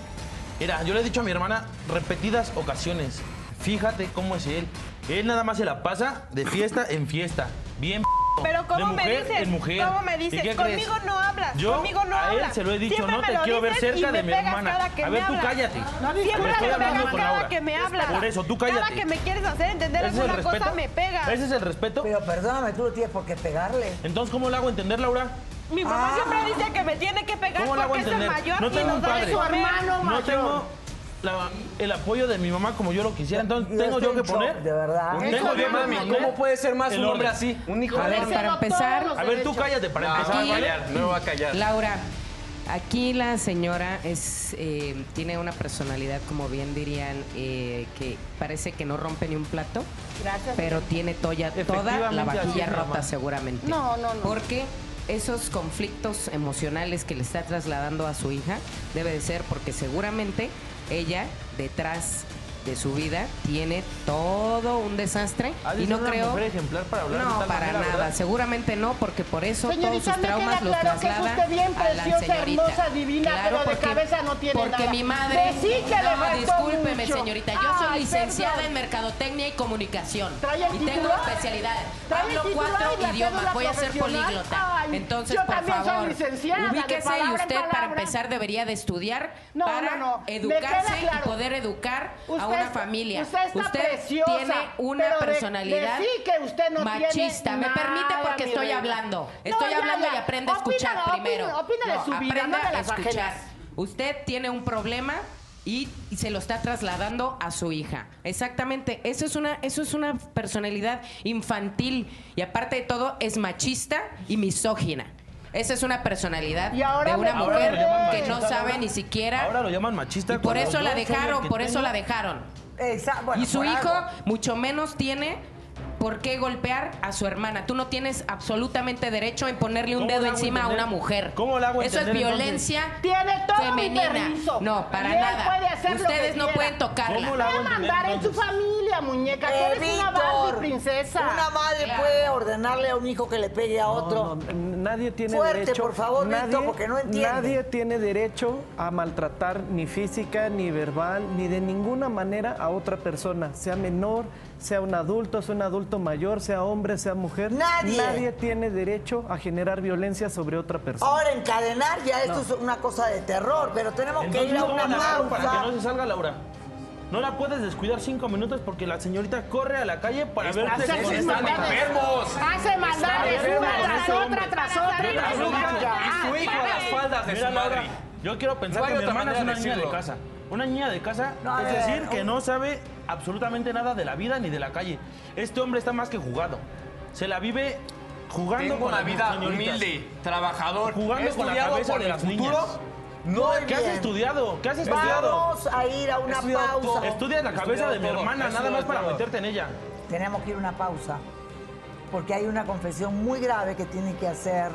Mira, yo le he dicho a mi hermana repetidas ocasiones, fíjate cómo es él. Él nada más se la pasa de fiesta en fiesta, bien p***. Pero de ¿cómo me mujer dices? en mujer. ¿Cómo me ¿Y dices? qué Conmigo crees? no hablas, Yo conmigo no a él hablas. se lo he dicho, Siempre no me te lo quiero ver dices y cerca me de mi pegas hermana. cada que A me ver, tú hablas. cállate. No, Siempre disculpa, estoy me hablando pegas con cada Laura. que me hablas. Por eso, tú cállate. Cada que me quieres hacer entender ¿Ese es el alguna respeto? cosa me pegas. ¿Ese es el respeto? Pero perdóname, tú no tienes por qué pegarle. Entonces, ¿cómo le hago entender, Laura? Mi mamá Ah. siempre dice que me tiene que pegar ¿Cómo le hago porque es el entender? mayor No y tengo nos un da de padre. Su comer. hermano No mayor. tengo la- el apoyo de mi mamá como yo lo quisiera, entonces Yo tengo estoy yo en que poner. shock, de verdad. Un Tengo hijo de yo que mami, poner ¿cómo puede ser más el un hombre orden. así? Un hijo A de ver, mami. para empezar, A ver, tú cállate para No, empezar, no voy a ¿vale? callar, no me voy a callar. Laura, aquí la señora es eh, tiene una personalidad, como bien dirían, eh, que parece que no rompe ni un plato, Gracias. pero tiene toya- toda Efectivamente, la así vajilla es, rota mamá. seguramente. No, no, no. Porque esos conflictos emocionales que le está trasladando a su hija debe de ser porque seguramente ella detrás de su vida tiene todo un desastre ¿Ha de y ser no una creo mujer ejemplar para hablar de no tal para manera, nada, ¿verdad? seguramente no, porque por eso todos Señorita, sus me traumas queda los claro que es traslada usted bien a la preciosa, señorita. hermosa, divina, Claro, pero de porque- cabeza no tiene porque nada. mi madre De sí que le no, faltó discúlpeme, mucho. señorita, yo soy Ay, licenciada perdón. en mercadotecnia y comunicación ¿Trae el y título? tengo especialidades. ¿Trae el Hablo título cuatro y la idiomas, cédula voy a ser profesional? políglota. Ay, Entonces, yo por también soy favor, licenciada, de ubíquese palabra y en usted para palabra. empezar debería de estudiar No, para no, no. Me educarse queda claro. y poder educar a Usted una está- familia. usted está preciosa, tiene una pero de- personalidad de sí que usted no tiene machista. Me nada, permite porque mi estoy reina. hablando. No, Estoy ya, hablando ya. y aprende a escuchar Opina, primero. opina, opina de su vida, aprenda no de a las escuchar. ajenas. Usted tiene un problema y, y se lo está trasladando a su hija. Exactamente. Eso es una, eso es una personalidad infantil y aparte de todo es machista y misógina. Esa es una personalidad Y ahora de una me mujer acordé. que no sabe ni siquiera. Ahora lo llaman machista. Y por cuando eso la yo soy el dejaron, que por eso tengo- la dejaron. Exa- bueno, Y su por hijo algo. mucho menos tiene por qué golpear a su hermana. Tú no tienes absolutamente derecho en ponerle un ¿Cómo dedo le hago encima a entender? una mujer. ¿Cómo le hago Eso es entender, entonces? violencia Tiene todo mi femenina. permiso. No, para Y él nada. puede hacer lo que Ustedes no quiera. pueden tocarla. ¿Cómo la hago Puede entender, mandar en su entonces? familia, muñeca. Tú Eh, eres una Víctor, Barbie princesa. una madre Claro. puede ordenarle a un hijo que le pegue a otro. No, no, nadie tiene Fuerte, derecho. por favor, nadie, Víctor, porque no entiende. Nadie tiene derecho a maltratar ni física, ni verbal, ni de ninguna manera a otra persona, sea menor, sea un adulto, sea un adulto mayor, sea hombre, sea mujer. Nadie. Nadie tiene derecho a generar violencia sobre otra persona. Ahora encadenar ya esto es una cosa de terror, pero tenemos que Entonces, ir a ¿cómo una la hago para que pausa. no se salga, Laura? No la puedes descuidar cinco minutos porque la señorita corre a la calle para verte Hace con sus esta ¡Están maldades. enfermos! Hace maldades enfermo una ese tras hombre. otra, tras otra. Y la tras bruja otra. y su hijo a las faldas de Mira, su Laura, madre. yo quiero pensar No hay que mi otra hermana es manera una de niña de decirlo. casa. Una niña de casa, No, a es ver, decir, que un- no sabe absolutamente nada de la vida ni de la calle. Este hombre está más que jugado. Se la vive jugando Tengo con una las vida señoritas. humilde, trabajador. Jugando He con la estudiado cabeza por de el las futuro. niñas. No, Muy ¿Qué has bien. estudiado? ¿Qué has estudiado? Vamos a ir a una estudiado pausa. todo. Estudias la cabeza Estudiado de mi todo, hermana, he nada más estudiado para todo. meterte en ella. Tenemos que ir a una pausa, porque hay una confesión muy grave que tiene que hacer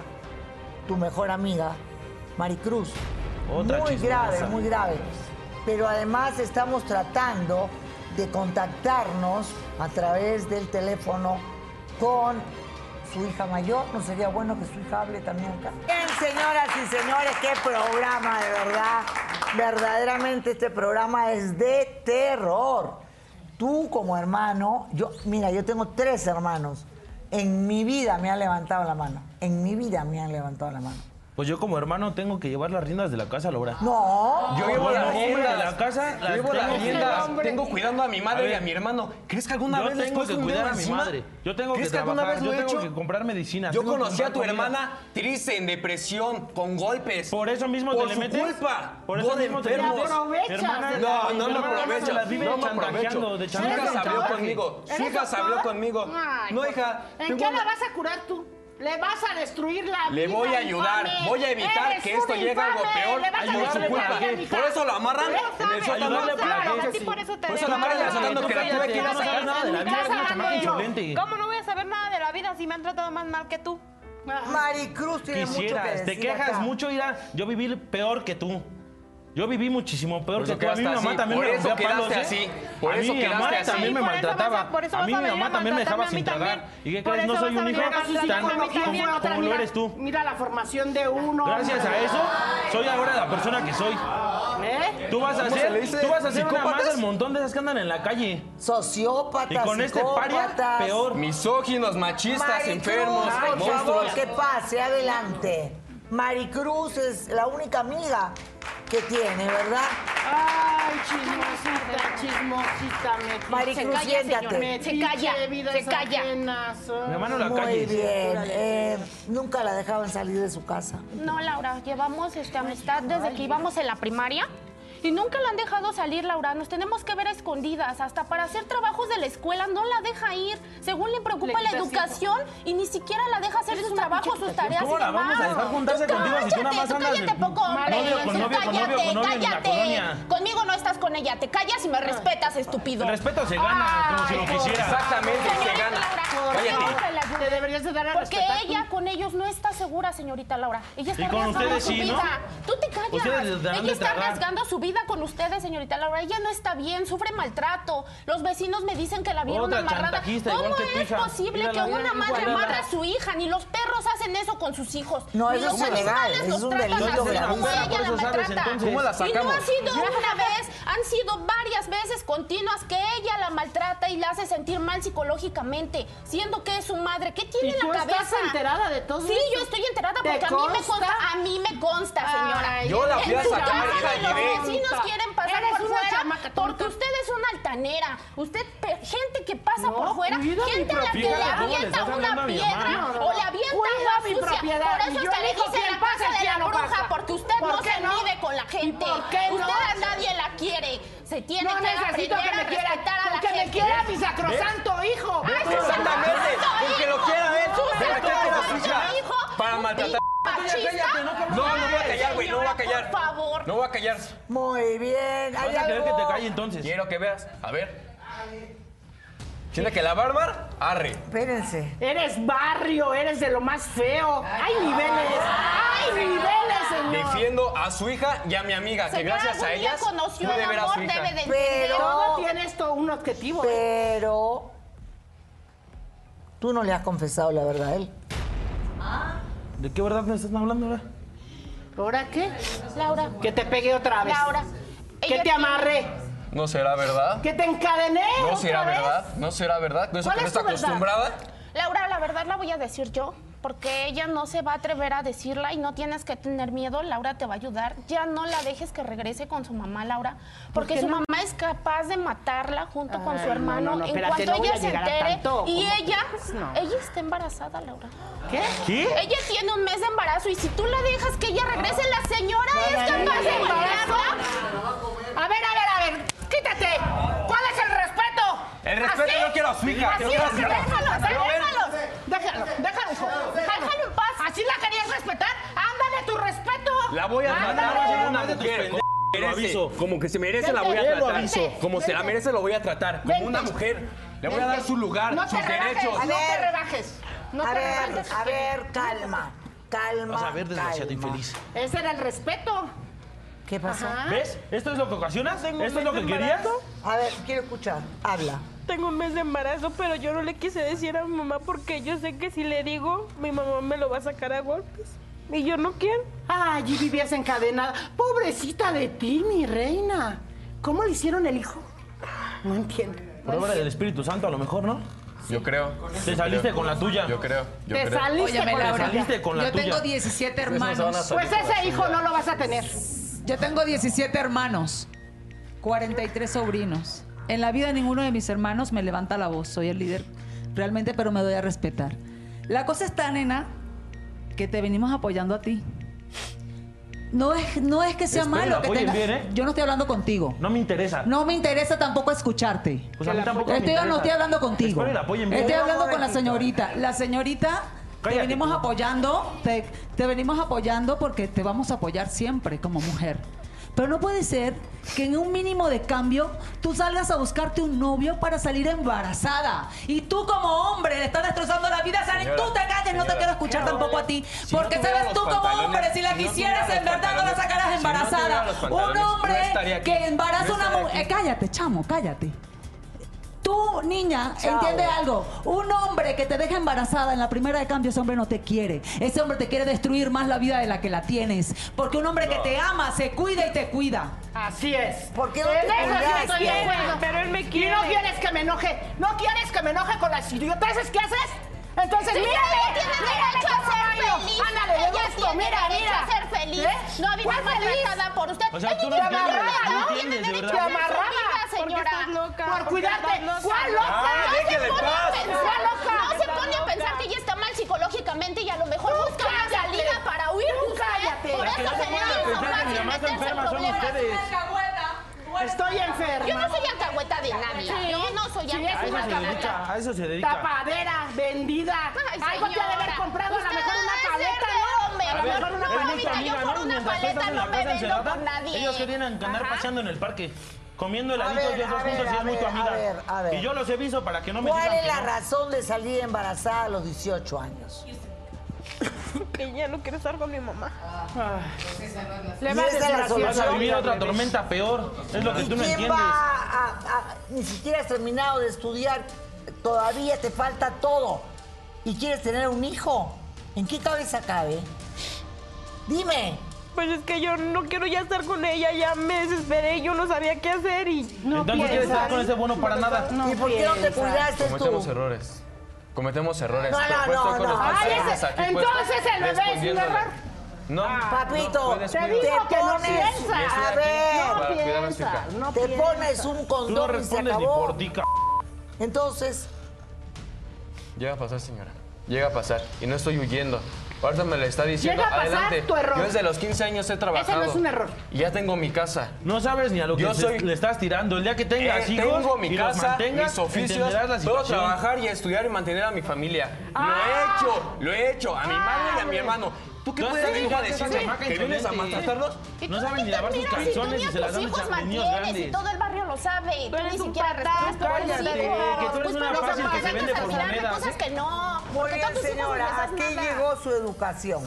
tu mejor amiga, Maricruz. Otra muy chismosa. grave, muy grave. Pero además estamos tratando de contactarnos a través del teléfono con su hija mayor. ¿No sería bueno que su hija hable también acá? Bien, señoras y señores, qué programa, de verdad. Verdaderamente este programa es de terror. Tú como hermano, yo, mira, yo tengo tres hermanos. En mi vida me han levantado la mano. En mi vida me han levantado la mano. Pues yo como hermano tengo que llevar las riendas de la casa, Laura. No. Yo llevo las riendas de la casa. Yo llevo las riendas. Tengo cuidando a mi madre A ver, y a mi hermano. ¿Crees que alguna yo vez les tengo puse que un dedo cuidar a mi encima? madre. Yo tengo que ¿Crees que alguna trabajar. vez lo Yo he tengo hecho? que comprar medicinas. Yo tengo que conocí a comprar tu comida. hermana triste, en depresión, con golpes. Por eso mismo Por te le su metes. culpa. Por eso Dos mismo te le enfermos. metes. Aprovechas. Hermana, No, mi no me hermana aprovecho. se las vive No me chantajeando, aprovecho. de Su chantaje hija en se habló chantaje. conmigo. Su ¿Eres hija se habló doctor? conmigo. Ay, No, pues, hija. ¿En tengo qué una- la vas a curar tú? Le vas a destruir la vida. Le voy a ayudar, infame. voy a evitar Eres que un esto llegue a algo infame. peor Le vas a por su destruir culpa. la vida, mija. Por eso lo amarran Pero en el sabes, sótano. ayudarle para Claro que que sí. sí. por eso te Por eso la dejo. amarran en el sótano Tú que la tuve cállate, que no sabes sacar. nada de la vida, eres una chamaca insolente. ¿Cómo no voy a saber nada de la vida si me han tratado más mal que tú? Maricruz tiene mucho que Quisieras, decir te quejas acá. mucho, Ira. Yo viví peor que tú. Yo viví muchísimo peor Por que eso tú. A mí mi quedaste mamá así, también por me eso rompía palos, quedaste ¿eh? así, por a mí eso mi quedaste mamá así. también me Por eso vas a- maltrataba. por eso A vas mí a mi venir mamá a también me dejaba maltratarme a sin mí tragar. también. ¿Y qué Por crees? No eso soy vas a un venir hijo a maltratarme tan a mí como, también. Fue otra, como lo mira. eres tú. Mira la formación de uno. Gracias a eso, soy ahora la persona que soy. ¿Eh? Tú vas a ¿Cómo se le ser, dice? tú vas a ser una más ¿Psicópatas? del montón de esas que andan en la calle. Sociópatas, Y con este paria, psicópatas. peor. Misóginos, machistas, Maricruz, enfermos, por monstruos. favor, que pase, adelante. Maricruz es la única amiga que tiene, ¿verdad? Ay, chismosita, chismosita. Me Maricruz, Se calla, siéntate. señor. Me Se calla, pinche vidas se calla. ajenas. Mi hermano la Muy calle. bien. Eh, nunca la dejaban salir de su casa. No, Laura, llevamos este, amistad desde que íbamos en la primaria y nunca la han dejado salir, Laura. Nos tenemos que ver a escondidas. Hasta para hacer trabajos de la escuela no la deja ir. Según le preocupa Le la quita educación y ni siquiera la deja hacer sus trabajos, sus tareas ¿Cómo y la demás. vamos a dejar juntarse Tú contigo si tú nada cállate, más tú andas de cállate poco, hombre. novio con Tú novio, con novio, cállate, con novio en la cállate. colonia? Conmigo no estás con ella. Te callas y me respetas, estúpido. El respeto se gana, como si lo quisiera. Exactamente, se Señorita gana. Laura, Cállate. Te deberías de dar a porque respetar. ella con ellos no está segura, señorita Laura. Ella está Y con arriesgando ustedes su sí, ¿no? vida. Tú te callas. Ustedes les darán Ella de está tragar. arriesgando su vida con ustedes, señorita Laura. Ella no está bien, sufre maltrato. Los vecinos me dicen que la vieron Otra amarrada. chantajista, ¿Cómo igual que tu es hija. posible Mírala, que una mírala, madre mírala. amarre a su hija? Ni los perros hacen eso con sus hijos. No, Ni eso los es ilegal, animales eso los es un tratan delito así gravísimo. como ella Por la eso sabes, maltrata. entonces. ¿Cómo la Y no sacamos? ha sido una vez, han sido varias veces continuas que ella la maltrata y la hace sentir mal psicológicamente, siendo que es su madre. ¿Qué tiene ¿Y en tú la cabeza? estás enterada de todo Sí, eso? yo estoy enterada ¿Te porque a mí me consta? consta, a mí me consta, señora. Ay, Yo la fui a En su sacar casa y la de los llevé. vecinos quieren pasar Eres por una fuera chamaca tonta. porque usted es una altanera. Usted, pe- gente que pasa No, por fuera, cuida mi gente a la que le propiedad. ¿Cómo le avienta estás hablando una a mi piedra mamá? No, no, o no. le avienta Cuida agua mi sucia. propiedad. Por eso Y es yo que le elijo dicen quién la pasa casa y de quién la no bruja, pasa. porque usted ¿Por no qué se no? mide con la gente. por qué no? Usted a nadie la quiere. Se tiene No que necesito aprender que a me quiera, respetar a la porque gente. me quiera mi sacrosanto hijo. Ay, su Exactamente, sacrosanto porque lo hijo. quiera él. Su ¿Para qué quiere a su hija? sacrosanto hijo, Para un maltratar. machista. No, no voy a callar, güey, no voy a callar. Por favor. No voy a callar. Muy bien. Vas ¿Hay a querer que algo? te calle entonces. Quiero que veas. A ver. Siente que la bárbara, arre. Espérense. Eres barrio, eres de lo más feo. Hay niveles, hay niveles, señor. Defiendo a su hija y a mi amiga, que Señora, gracias a algún día ellas conoció pude el ver a amor, su hija. debe de Pero- entender. Todo tiene esto un objetivo. ¿eh? Pero tú no le has confesado la verdad a él. ¿De qué verdad me estás hablando ahora? ¿Ahora qué? Laura. Que te pegué otra vez. Laura. Que ella te tiene- amarré. ¿No será verdad? Que te encadené. ¿No otra será vez. verdad? ¿No será verdad? ¿No eso ¿Cuál que no es tu está verdad? acostumbrada? Laura, la verdad la voy a decir yo, porque ella no se va a atrever a decirla y no tienes que tener miedo. Laura te va a ayudar. Ya no la dejes que regrese con su mamá, Laura, porque qué su no? mamá es capaz de matarla junto con Ay, su hermano. no, no, no, en espérate, cuanto no voy ella a se llegar a entere tanto. y ¿Cómo? ella, No. ella está embarazada, Laura. ¿Qué? ¿Qué? Ella tiene un mes de embarazo y si tú la dejas que ella regrese, la señora es capaz de matarla. A ver, a ver, a ver. Quítate. ¿Cuál es el respeto? El respeto ¿Así? yo quiero a su hija. Así, Yo quiero a su hija. déjalos, Quiero ver- déjalos. Déjalo, déjalo, hijo. Déjalo en paz. ¿Así la querías respetar? Ándale tu respeto. La voy a Ándale. tratar como una Ándale, tus mujer. pendejos. Como Lo merece. aviso. Como que se merece la Vente, voy a vente, tratar. vente, Como se la vente. merece lo voy a tratar. Como Vente. una mujer. Le voy a dar su lugar, No te sus rebajes, derechos. no A te ver. rebajes. No a te ver, rebajes. a ver, calma. Calma. Vas a ver, desgraciado calma. infeliz. Ese era el respeto. ¿Qué pasó? Ajá. ¿Ves? ¿Esto es lo que ocasiona? Tengo ¿Esto es lo un que mes de querías? embarazo. A ver, quiero escuchar. Habla. tengo un mes de embarazo, pero yo no le quise decir a mi mamá porque yo sé que si le digo, mi mamá me lo va a sacar a golpes. Y yo no quiero. Ay, y vivías encadenada. Pobrecita de ti, mi reina. ¿Cómo le hicieron el hijo? No entiendo. Por obra del Espíritu Santo, a lo mejor, ¿no? Yo creo. Te saliste con la tuya. Yo creo. Yo Te creo. saliste Óyeme, con la Laura, Te saliste con la yo tuya. tengo diecisiete Esos van a hermanos. salir Pues con la ese hijo suya. no lo vas a tener. Yo tengo diecisiete hermanos, cuarenta y tres sobrinos. En la vida ninguno de mis hermanos me levanta la voz. Soy el líder realmente, pero me doy a respetar. La cosa está, nena, que te venimos apoyando a ti. No es, no es que sea Espero malo la que apoyen tengas- bien, ¿eh? Yo no estoy hablando contigo. No me interesa. No me interesa tampoco escucharte. Pues a mí tampoco me Estoy- interesa. no estoy hablando contigo. Espero y la apoyen bien. Estoy Un hablando con la momentito. señorita. La señorita, te Cállate, venimos tú. apoyando, te, te venimos apoyando porque te vamos a apoyar siempre como mujer. Pero no puede ser que en un mínimo de cambio tú salgas a buscarte un novio para salir embarazada. Y tú como hombre le estás destrozando la vida. Sani, Señora, tú te calles, no te señora, quiero escuchar no, tampoco a ti. si no Porque tuviera sabes los tú como pantalones, hombre, si la si no quisieras tuviera en los verdad no la pantalones, sacaras si no embarazada. tuviera los Un pantalones, no hombre estaría aquí. que embaraza No una estaría mujer. aquí. cállate, chamo, cállate. Tú, niña, Chao. entiende algo. Un hombre que te deja embarazada en la primera de cambio, ese hombre no te quiere. Ese hombre te quiere destruir más la vida de la que la tienes. Porque un hombre que te ama, se cuida y te cuida. Así es. ¿Por qué no En te eso sí cuidaste? estoy de acuerdo. Pero él me Y quiere. no quieres que me enoje. No quieres que me enoje con las idioteces que haces. Entonces, Sí, mírame. ella tiene Mírame derecho a cómo ser bailo. feliz. Ándale, de Ella gusto. tiene Mira, derecho mira. a ser feliz. ¿Eh? No a vivir ¿Cuál feliz? maltratada por usted. O sea, Ella tú no tiene entiendes, derecho, no ¿no? entiendes, de Tiene verdad. derecho a Te vivir su amarraba, vida, porque señora. estás loca, Por porque cuidarte. estás loca. ¿Cuál loca? Ah, No se déjele pone a paz. pensar, ¿Cuál loca? No se pone a pensar que ella está mal psicológicamente y a lo mejor busca una cállate. salida para huir de Tú usted. cállate. Por Las eso que no se se le ponen a hizo pensar que mi fácil mamá está meterse en enferma son problemas. ustedes. Estoy enferma. Yo no soy alcahueta de nadie. Yo no soy Sí, A eso se alcahueta. dedica, a eso se dedica. Tapadera, vendida. Ay, Algo te ha de haber señora. comprado a lo Usted mejor una debe ser paleta, de ¿no? hombre. A lo A ver, mejor una es no, muy paleta. tu mira, yo amiga, por ¿no? una Mientras tú paleta estás en no la me casa vendo encerrada, con nadie. ellos que tienen que andar Ajá. paseando en el parque, comiendo heladitos ver, ellos dos a ver, juntos y a es muy tu ver, amiga. a ver, a ver. Y yo los he visto para que no me ¿Cuál digan es que la no. razón de salir embarazada a los dieciocho años? Que ya no quiero estar con mi mamá. Le Y vas a esa es decir la así, solución. Vas a vivir al otra revés. tormenta peor. Es lo que ¿Y tú no quién entiendes. va a, a- Ni siquiera has terminado de estudiar, todavía te falta todo. ¿Y quieres tener un hijo? ¿En qué cabeza cabe? Dime. Pues es que yo no quiero ya estar con ella, ya me desesperé, yo no sabía qué hacer y no Entonces no quieres estar con ese bueno para nada. ¿Y por qué no te cuidaste Cometemos tú? errores. Cometemos errores. No, no, Pero pues no, estoy con no. los Ay, pacientes ese- aquí entonces puestos, el bebé es un respondiéndole. error. No, Papito, no, puedes te cuidar. digo que no pones- piensa. Y estoy A aquí ver. para cuidar a su hija. Piensa, no Te piensa. pones un Tú no condón y se respondes ni acabó. por ti, c***. Entonces, Llega a pasar, señora. Llega a pasar. Y no estoy huyendo. Ahorita me le está diciendo, Llega a pasar adelante. tu error. Yo desde los quince años he trabajado. Ese no es un error. Y ya tengo mi casa. No sabes ni a lo que Yo se- soy- le estás tirando. El día que tengas Eh, hijos tengo mi y los casa, mantengas, mis oficios, entenderás la puedo situación. trabajar y estudiar y mantener a mi familia. Ah. Lo he hecho, lo he hecho, a mi madre y a mi hermano. ¿Tú qué No puedes sabes venir a igual que esa decirme? chamaca ¿Que vienes a insolente. maltratarlos? ¿Y No tú saben de ni qué lavar sus te miras? calzones Si y tú se ni a las tus dan hijos a niños mantienes y grandes. todo el barrio lo sabe y tú eres ni un siquiera patán, respetas por tus cállate, hijos. que tú eres Pues una por eso fácil que se aprendes vende a por tirarle monedas, cosas ¿eh? que no. muy Porque tú a bien, tus hijos no les señora, das ¿a qué nada. llegó su educación?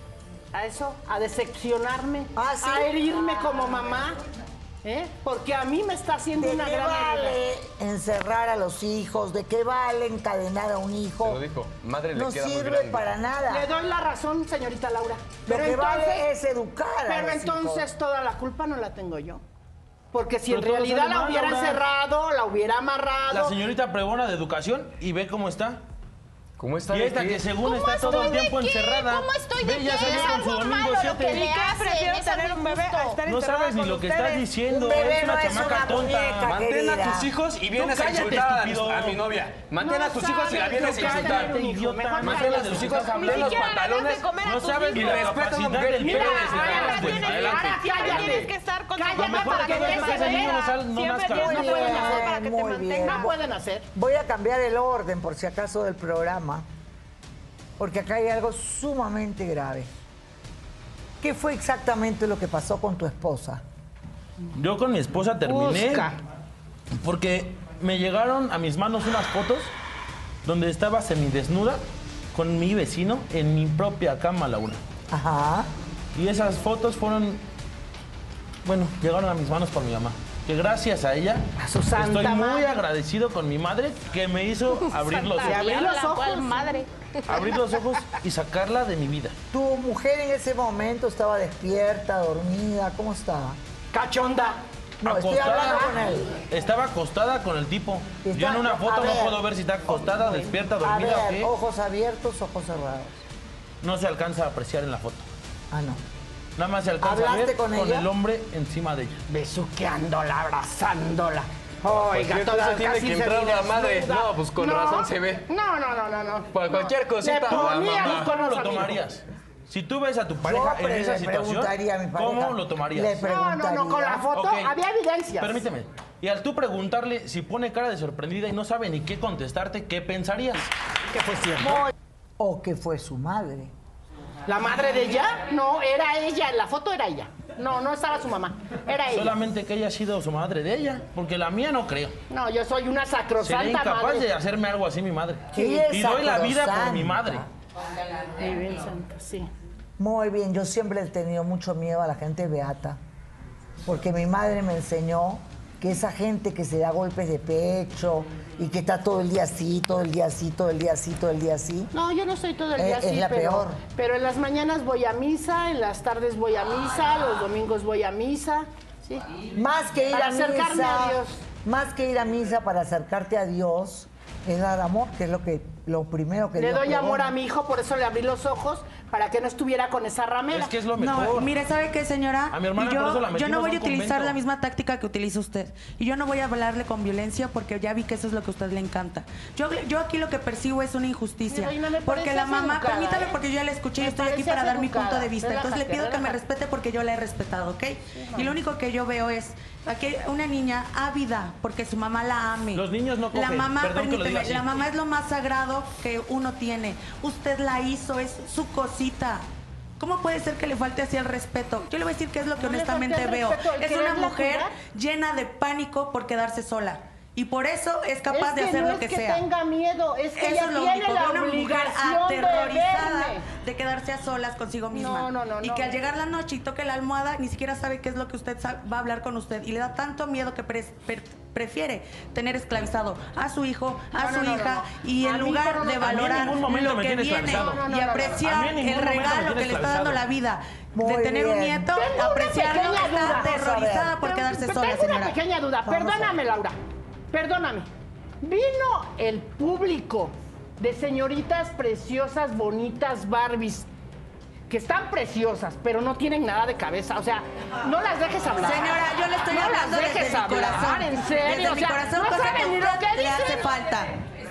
A eso, a decepcionarme, Ah, ¿sí? a herirme como mamá, ¿eh? Porque a mí me está haciendo ¿De una qué gran herida. vale encerrar a los hijos? ¿De qué vale encadenar a un hijo? Te lo dijo, madre le No queda muy sirve grande. para nada. Le doy la razón, señorita Laura. Lo Pero que entonces, vale es educar a Pero los entonces hijos. toda la culpa no la tengo yo. Porque si Pero en todo realidad sale la mal, hubiera Laura. encerrado, la hubiera amarrado. La señorita pregona de educación y ve cómo está. ¿Cómo está Y de esta qué? que según ¿Cómo está todo el estoy de tiempo qué? encerrada. ¿Cómo estoy de Ve, ya qué? salió Es con su algo domingo malo lo siete. que le hacen, prefiero es tener algo un bebé a injusto. estar No encerrada sabes ni con lo que ustedes. estás diciendo. Un bebé Es una no es chamaca una tonta. muñeca. Mantén querida. a tus hijos y vienes a cállate, insultar a, estúpido. a mi novia. Mantén No a tus hijos y la sabes vienes lo a que insultar. hace un idiota. Mejor Mantén a cállate, tus lo hijos, que estás ten los hablando. siquiera le das de pantalones. comer a No tus sabes ni Y la respeta a una capacidad mujer. del Mira, pelo que se ahora agarra, tienes- pues. Adelante. ahora cállate. Tienes que estar con tu Cállate mamá mejor para que que no te dejes que ese niño no mantenga. sal- no Siempre nazca. tienes Muy que pueden bien, hacer para que te muy bien. mantenga. No pueden hacer. Voy a cambiar el orden, por si acaso, del programa, porque acá hay algo sumamente grave. ¿Qué fue exactamente lo que pasó con tu esposa? Yo con mi esposa terminé Busca. porque me llegaron a mis manos unas fotos donde estaba semidesnuda con mi vecino en mi propia cama, Laura. Ajá. Y esas fotos fueron bueno, llegaron a mis manos por mi mamá. Que gracias a ella a su santa estoy muy madre. agradecido con mi madre que me hizo abrir los ojos. Abrir los ojos, madre. Abrir los ojos y sacarla de mi vida. ¿Tu mujer en ese momento estaba despierta, dormida? ¿Cómo estaba? Cachonda. No, estoy hablando con él. Estaba acostada con el tipo. Está- Yo en una a foto ver. no puedo ver si está acostada, despierta, A dormida o ver, qué. ojos abiertos, ojos cerrados. No se alcanza a apreciar en la foto. Ah, no. Nada más se alcanza a ¿Hablaste ver con con ella? el hombre encima de ella. Besuqueándola, abrazándola. Pues Oiga, cierto, toda eso tiene casi que se entrar la madre. desnuda. No, pues con razón se ve. No, no, no, no, no. Por cualquier cosita, Le la ponía mamá. los ¿Cómo lo amigos. tomarías? Si tú ves a tu pareja Yo en esa le situación, preguntaría a mi pareja. ¿cómo lo tomarías? Le No, preguntaría. no, no, con la foto Ok. había evidencias. Permíteme. Y al tú preguntarle si pone cara de sorprendida y no sabe ni qué contestarte, ¿qué pensarías? Que fue cierto. O que fue su madre. ¿La madre de ella? No, era ella. En la foto era ella. No, no estaba su mamá. Era ella. Solamente que haya sido su madre de ella, porque la mía no creo. No, yo soy una sacrosanta Sería incapaz madre. de hacerme algo así mi madre. Sí, es y doy la vida por sacrosanta. mi madre. Muy bien, santa, sí. Muy bien, yo siempre he tenido mucho miedo a la gente beata, porque mi madre me enseñó que esa gente que se da golpes de pecho y que está todo el día así, todo el día así, todo el día así, todo el día así. No, yo no estoy todo el Es- día es así, la pero, peor. pero en las mañanas voy a misa, en las tardes voy a misa, los domingos voy a misa. Sí. Más que ir Para a acercarme misa, a Dios. más que ir a misa para acercarte a Dios, es dar amor, que es lo que lo primero que Le Dios doy amor pregona. a mi hijo, por eso le abrí los ojos, para que no estuviera con esa ramera. Es que es lo No, mejor. mire, ¿sabe qué, señora? A mi hermana Y yo, por eso la yo metimos no a voy a un utilizar convento. la misma táctica que utiliza usted. Y yo no voy a hablarle con violencia porque ya vi que eso es lo que a usted le encanta. Yo, yo aquí lo que percibo es una injusticia. Mi reina, me Porque pareces la mamá, educada, permítame ¿eh? porque yo ya la escuché y Me estoy aquí pareces para dar mi educada. punto de vista. Entonces le Relájate, pido que me relájate. respete porque yo la he respetado, ¿ok? Y lo único que yo veo es aquí una niña ávida porque su mamá la ame. Los niños no La cogen, mamá, perdón que lo diga permíteme, así. la mamá es lo más sagrado que uno tiene. Usted la hizo, es su cosita. ¿Cómo puede ser que le falte así el respeto? Yo le voy a decir qué es lo que No le honestamente falta el veo. respeto, el Es una quererla mujer cuidar. llena de pánico por quedarse sola. Y por eso es capaz Es de que hacer no lo es que, que sea. tenga miedo, es que Eso ella es lo tiene único, la de una mujer obligación de aterrorizada verme. de quedarse a solas consigo misma. No, no, no, y no. que al llegar la noche y toque la almohada, ni siquiera sabe qué es lo que usted sa- va a hablar con usted. Y le da tanto miedo que pre- pre- prefiere tener esclavizado a su hijo, a No, su no, no, hija, no. y A en mi lugar hijo no, de no, a mí en valorar ningún momento lo me que tiene viene esclavizado. No, no, y no, no. apreciar A mí en ningún el momento me regalo tiene que le está dando esclavizado. la vida Muy de tener un bien. nieto, Tengo una apreciarlo, pequeña está duda. aterrorizada por Tengo- quedarse tengo sola, una señora. pequeña duda. Vamos a ver. Perdóname, Laura. Perdóname. Vino el público de señoritas preciosas, bonitas, Barbies, que están preciosas, pero no tienen nada de cabeza. O sea, no las dejes hablar. Señora, yo le estoy no hablando las dejes desde mi hablar, corazón. en serio. Desde o mi sea, corazón, no cosa saben que ni lo a usted que le hace dicen. falta.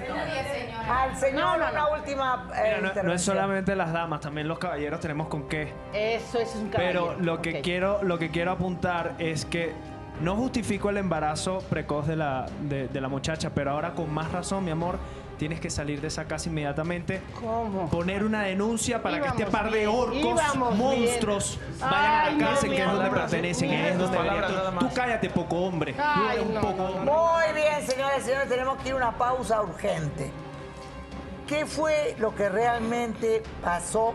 Al señor No, no, no. una última eh, Mira, no, no es intervención. solamente las damas, también los caballeros tenemos con qué. Eso es un Pero caballero. lo que Ok. quiero, lo que quiero apuntar es que no justifico el embarazo precoz de la, de, de la muchacha, pero ahora con más razón, mi amor, tienes que salir de esa casa inmediatamente. ¿Cómo? Poner una denuncia para que Íbamos este par de bien, orcos, íbamos monstruos, bien. vayan a Ay, la no, cárcel, mi que es donde amor. pertenecen, Mira, es donde dos deberían. palabras Tú, nada más. tú cállate, poco hombre. Tú Ay, eres un no, poco no, no. hombre. Muy bien, señores y señores, tenemos que ir a una pausa urgente. ¿Qué fue lo que realmente pasó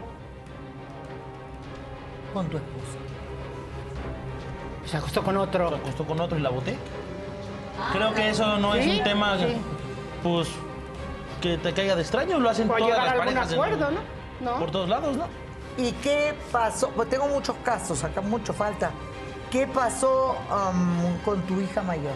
con tu esposa? Se acostó con otro. Se acostó con otro y la boté. Creo que eso no es Sí, un tema, sí. pues, que te caiga de extraño. Lo hacen Puede todas llegar las a algún parejas. en- acuerdo, ¿no? ¿no? Por todos lados, ¿no? ¿Y qué pasó? Pues tengo muchos casos, acá mucho falta. ¿Qué pasó um, con tu hija mayor?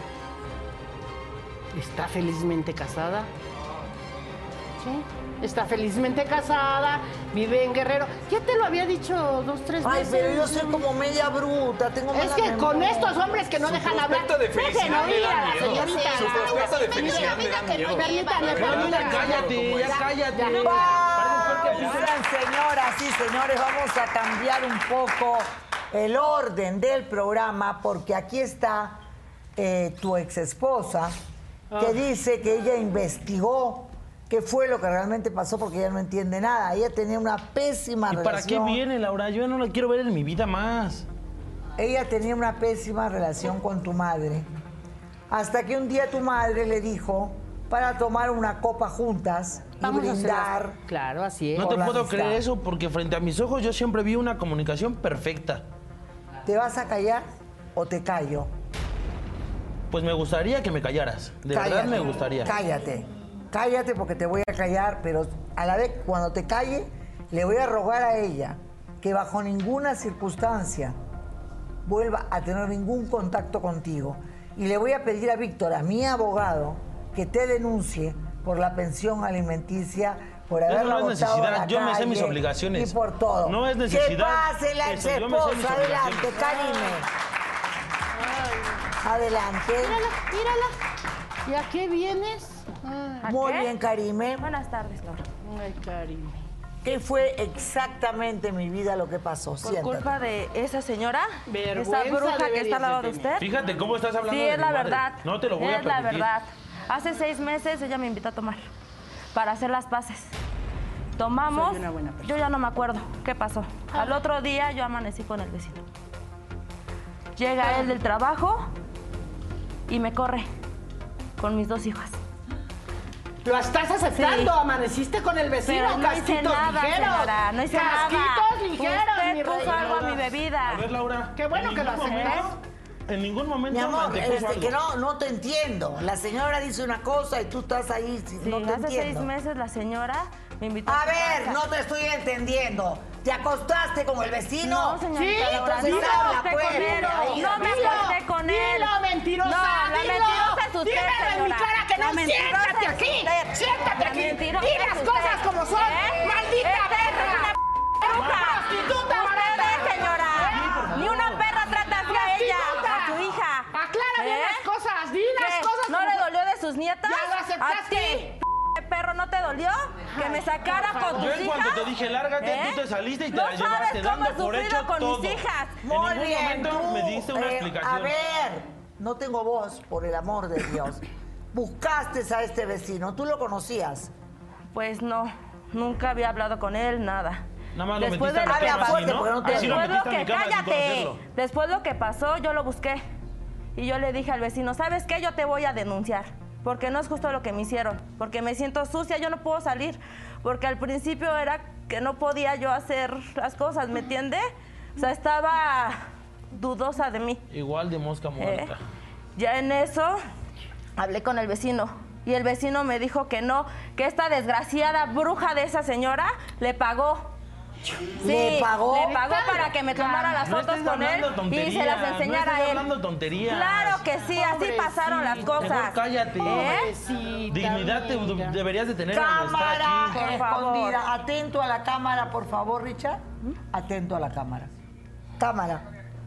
Está felizmente casada. Sí. Está felizmente casada, vive en Guerrero. Ya te lo había dicho dos, tres Ay, veces. pero yo soy como media bruta, tengo Es mala que con memoria. estos hombres que no Su dejan hablar. prospecto de dejen felicidad me oír da a la miedo. señorita. Su prospecto de felicidad me da miedo. Permítame, Pero permítame. ya cállate, ya cállate. Pausa, señoras y señores, vamos a cambiar un poco el orden del programa porque aquí está eh, tu ex esposa que Ah. dice que ella investigó qué fue lo que realmente pasó porque ella no entiende nada. Ella tenía una pésima ¿Y para qué relación. viene, Laura? Yo no la quiero ver en mi vida más. Ella tenía una pésima relación con tu madre. Hasta que un día tu madre le dijo para tomar una copa juntas y Vamos a brindar. hacerlo. Claro, así es. No Por te la puedo amistad. creer eso porque frente a mis ojos yo siempre vi una comunicación perfecta. ¿Te vas a callar? o te callo? Pues me gustaría que me callaras. De Cállate, verdad me gustaría. Cállate, cállate porque te voy a callar, pero a la vez cuando te calle, le voy a rogar a ella que bajo ninguna circunstancia vuelva a tener ningún contacto contigo. Y le voy a pedir a Víctor, a mi abogado, que te denuncie por la pensión alimenticia, por Eso haberla no es botado a necesidad, la yo me sé mis calle obligaciones. y por todo. No es necesidad. Que pase la ex Eso, yo me sé mis esposa, adelante, obligaciones. Karime. Adelante. Mírala, mírala. ¿Y a qué vienes? ¿A Muy qué? bien, Karime. Buenas tardes, Laura. Ay, Karime. ¿Qué fue exactamente mi vida lo que pasó? Por Siéntate. culpa de esa señora, Vergüenza esa bruja que deberías está al lado de de tener. usted. Fíjate cómo estás hablando Sí, de es mi la madre. verdad. No te lo voy a Es la permitir. verdad. Hace seis meses ella me invitó a tomar para hacer las paces. Tomamos, Soy una buena persona. yo ya no me acuerdo qué pasó. Al otro día yo amanecí con el vecino. Llega él del trabajo y me corre con mis dos hijas. ¿Lo estás aceptando? Sí. ¿Amaneciste con el vecino? Pero no hice Casquitos nada, ligeros. señora, no hice nada. Casquitos ligeros, Usted mi puso reina. algo a mi bebida. A ver, Laura. Qué bueno en que lo ningún aceptas. momento- En ningún momento Mi amor, me antepuso este, algo. que no, no te entiendo. La señora dice una cosa y tú estás ahí, Sí, no te hace seis entiendo. meses la señora me invitó A su ver, casa. no te estoy entendiendo. ¿Te acostaste con el vecino? No, señorita Sí, Laura, entonces no me habla, acosté pues. con él. Ahí, No me dilo. acosté con él. Dilo, mentirosa, No, la dilo. mentirosa es usted, Dímelo en mi señora. cara que La no. mentirosa Siéntate es aquí. usted. Siéntate La aquí. mentirosa Di es las usted. cosas como son. ¿Eh? Maldita Esta es perra. una bruja. Prostituta barata. Usted, señora. Ni una perra trata así a ella, a su hija. Aclara bien ¿Eh? las cosas. Di las ¿Qué? cosas ¿No como le son. dolió de sus nietas? Ya lo aceptaste. ¿A ti, p- perro, no te dolió? ¿Que me sacara por con favor. tus Yo en hijas? cuanto te dije lárgate, ¿Eh? tú te saliste y te no la llevaste sabes cómo dando he por sufrido hecho con todo. mis hijas. Muy en ningún bien, momento tú, me diste una eh, explicación. A ver, no tengo voz, por el amor de Dios. Buscaste a este vecino, ¿tú lo conocías? Pues no, nunca había hablado con él, nada. Nada más lo Después metiste a de mi lo cama que así, fuerte, ¿no? porque no te- Así lo Después metiste lo a mi que, cama sin cállate. conocerlo. Después lo que pasó, yo lo busqué. Y yo le dije al vecino, ¿sabes qué? Yo te voy a denunciar. Porque no es justo lo que me hicieron. Porque me siento sucia, yo no puedo salir. Porque al principio era que no podía yo hacer las cosas, ¿me entiende? O sea, estaba dudosa de mí. Igual de mosca muerta. ¿Eh? Ya en eso hablé con el vecino y el vecino me dijo que no, que esta desgraciada bruja de esa señora le pagó. Sí, ¿Le pagó? Le pagó para que me tomara las No fotos estés con él hablando y se tonterías, las enseñara no a estés él. hablando tonterías. Claro que sí, así pasaron las cosas. Mejor cállate. ¿Eh? Pobrecita, Dignidad te mira. deberías de tener al estar Cámara aquí. Por favor. escondida. Atento a la cámara, por favor, Richard. Atento a la cámara. Cámara.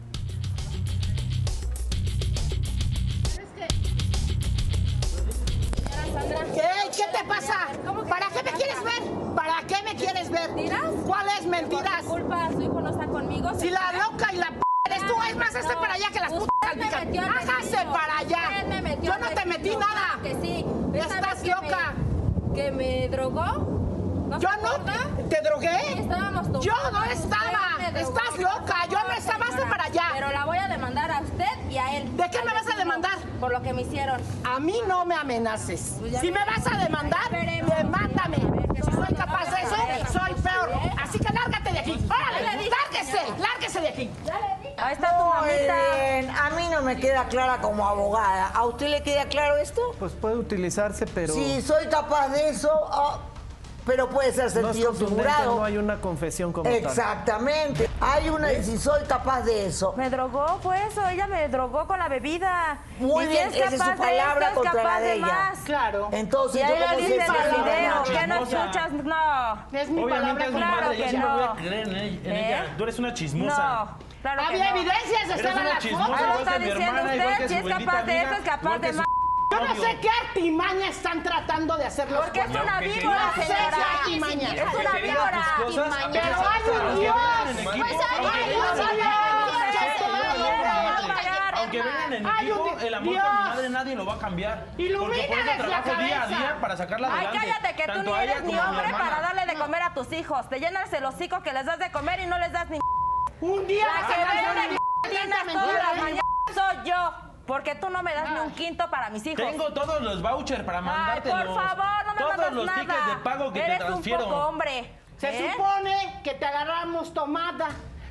¿Qué? ¿Qué te pasa? ¿Para qué me quieres ver? ¿Para qué me quieres ver? ¿Mentiras? ¿Cuáles mentiras? Por tu culpa, su hijo no está conmigo. Si la loca y la p eres tú, es más, hazte para allá que las Usted putas me salpican. metió al Hágase vecino. para allá. Usted me metió Yo al no te vecino, metí nada. claro que sí. Esa Estás vez que loca. me- ¿Que me drogó? ¿No Yo se no acuerda? te drogué. Sí, estábamos tomando. Yo no Usted estaba. me drogó. Estás loca. Yo no estaba. Hazte señora. para allá. Pero la voy a demandar a usted y a él. ¿De qué Al me vas a vecino, demandar? Por lo que me hicieron. A mí no me amenaces. Pues ya Si me veremos. vas a demandar, Ya veremos. demándame. A ver, ¿qué Si pasa? soy capaz de eso, A ver. soy peor. ¿Eh? Así que lárgate de aquí. Ya ¡Órale! le dije. ¡Lárguese! ¡Lárguese de aquí! Ahí está tu Muy mamita. bien. A mí no me queda clara como abogada. ¿A usted le queda claro esto? Pues puede utilizarse, pero Si soy capaz de eso, oh, pero puede ser no es sentido contundente, figurado. no hay una confesión como tal. Exactamente. Hay una, si soy capaz de eso. Me drogó, fue eso. Ella me drogó con la bebida. Muy Y si bien, es esa es su capaz de palabra esto, es contra capaz la de de ella. más. Claro. Entonces, Y yo ahí lo como dice en siempre el le digo, video. no, ¿Qué no chismosa. escuchas? No. Es mi Obviamente palabra es mi claro madre, yo que siempre no. voy a creer en ella. en ¿Eh? ella. Tú eres una chismosa. No, claro que Había no. evidencias, Eres estaban una las chismosa, fotos. Ahí lo igual está que mi diciendo hermana, igual usted. que Si su es bendita capaz de amiga, eso, es capaz igual que de su más. Yo no novio. sé qué artimaña están tratando de hacer los Porque es cuatro. una aunque víbora, no sé señora. qué artimaña. Es una Aunque diga víbora. tus cosas, Artimaña. Pero hay un aunque Dios. vengan en equipo, Pues hay aunque un vengan Dios. en Hay un equipo, Dios. aunque vengan en Hay un equipo, el amor Dios. con mi madre nadie lo va a cambiar. Porque por eso Ilumínales la trabajo día a cabeza. día para sacarla Ay, adelante. cállate, que tú tanto ni a ella eres ni como a mi hombre hermana. para darle de comer a tus hijos. Te llenas el hocico que les das de comer y no les das ni... Un día La vas que a ganar vende una tiendas mentira, todas las ¿eh? mañanas soy yo. Porque tú no me das ni un quinto para mis hijos. Tengo todos los vouchers para Ay, mandártelos. por favor, no me Todos mandas los nada. tickets de pago que Eres te transfiero. un poco hombre. Se ¿eh? supone que te agarramos tomada.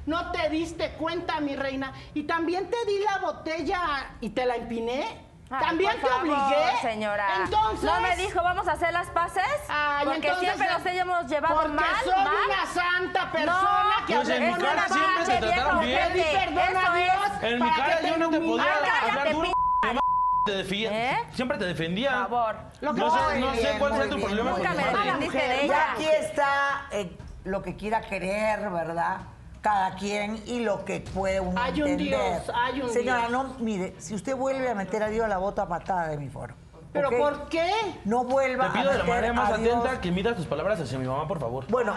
No te diste cuenta, mi reina. Y también te di la botella y te la empiné. Ay, También por te favor, obligué. señora. Entonces. ¿No me dijo vamos a hacer las paces? Ay, porque entonces, siempre nos hemos llevado porque mal, soy mal. una santa persona no, que Pues en mi es cara una siempre pinche te trataron vieja bien. Pedí ojete. perdón a Eso Dios es. En mi para cara que yo te no te podía humillara. hablar duro. p- Mi mamá te defendía. ¿Eh? Siempre te defendía. Por favor. Lo que No sé, muy no sé bien, cuál sea muy tu bien. problema Nunca con me tu madre. defendiste de Y ella. aquí está eh, lo que quiera querer, ¿verdad? Cada quien y lo que puede uno Hay un entender. Dios, hay un Señora, Dios. no, mire, si usted vuelve a meter a Dios, la bota patada de mi foro. ¿Pero ¿ok? por qué? No vuelva Te pido a de la meter manera más a Dios. atenta que midas tus palabras hacia mi mamá, por favor. Bueno.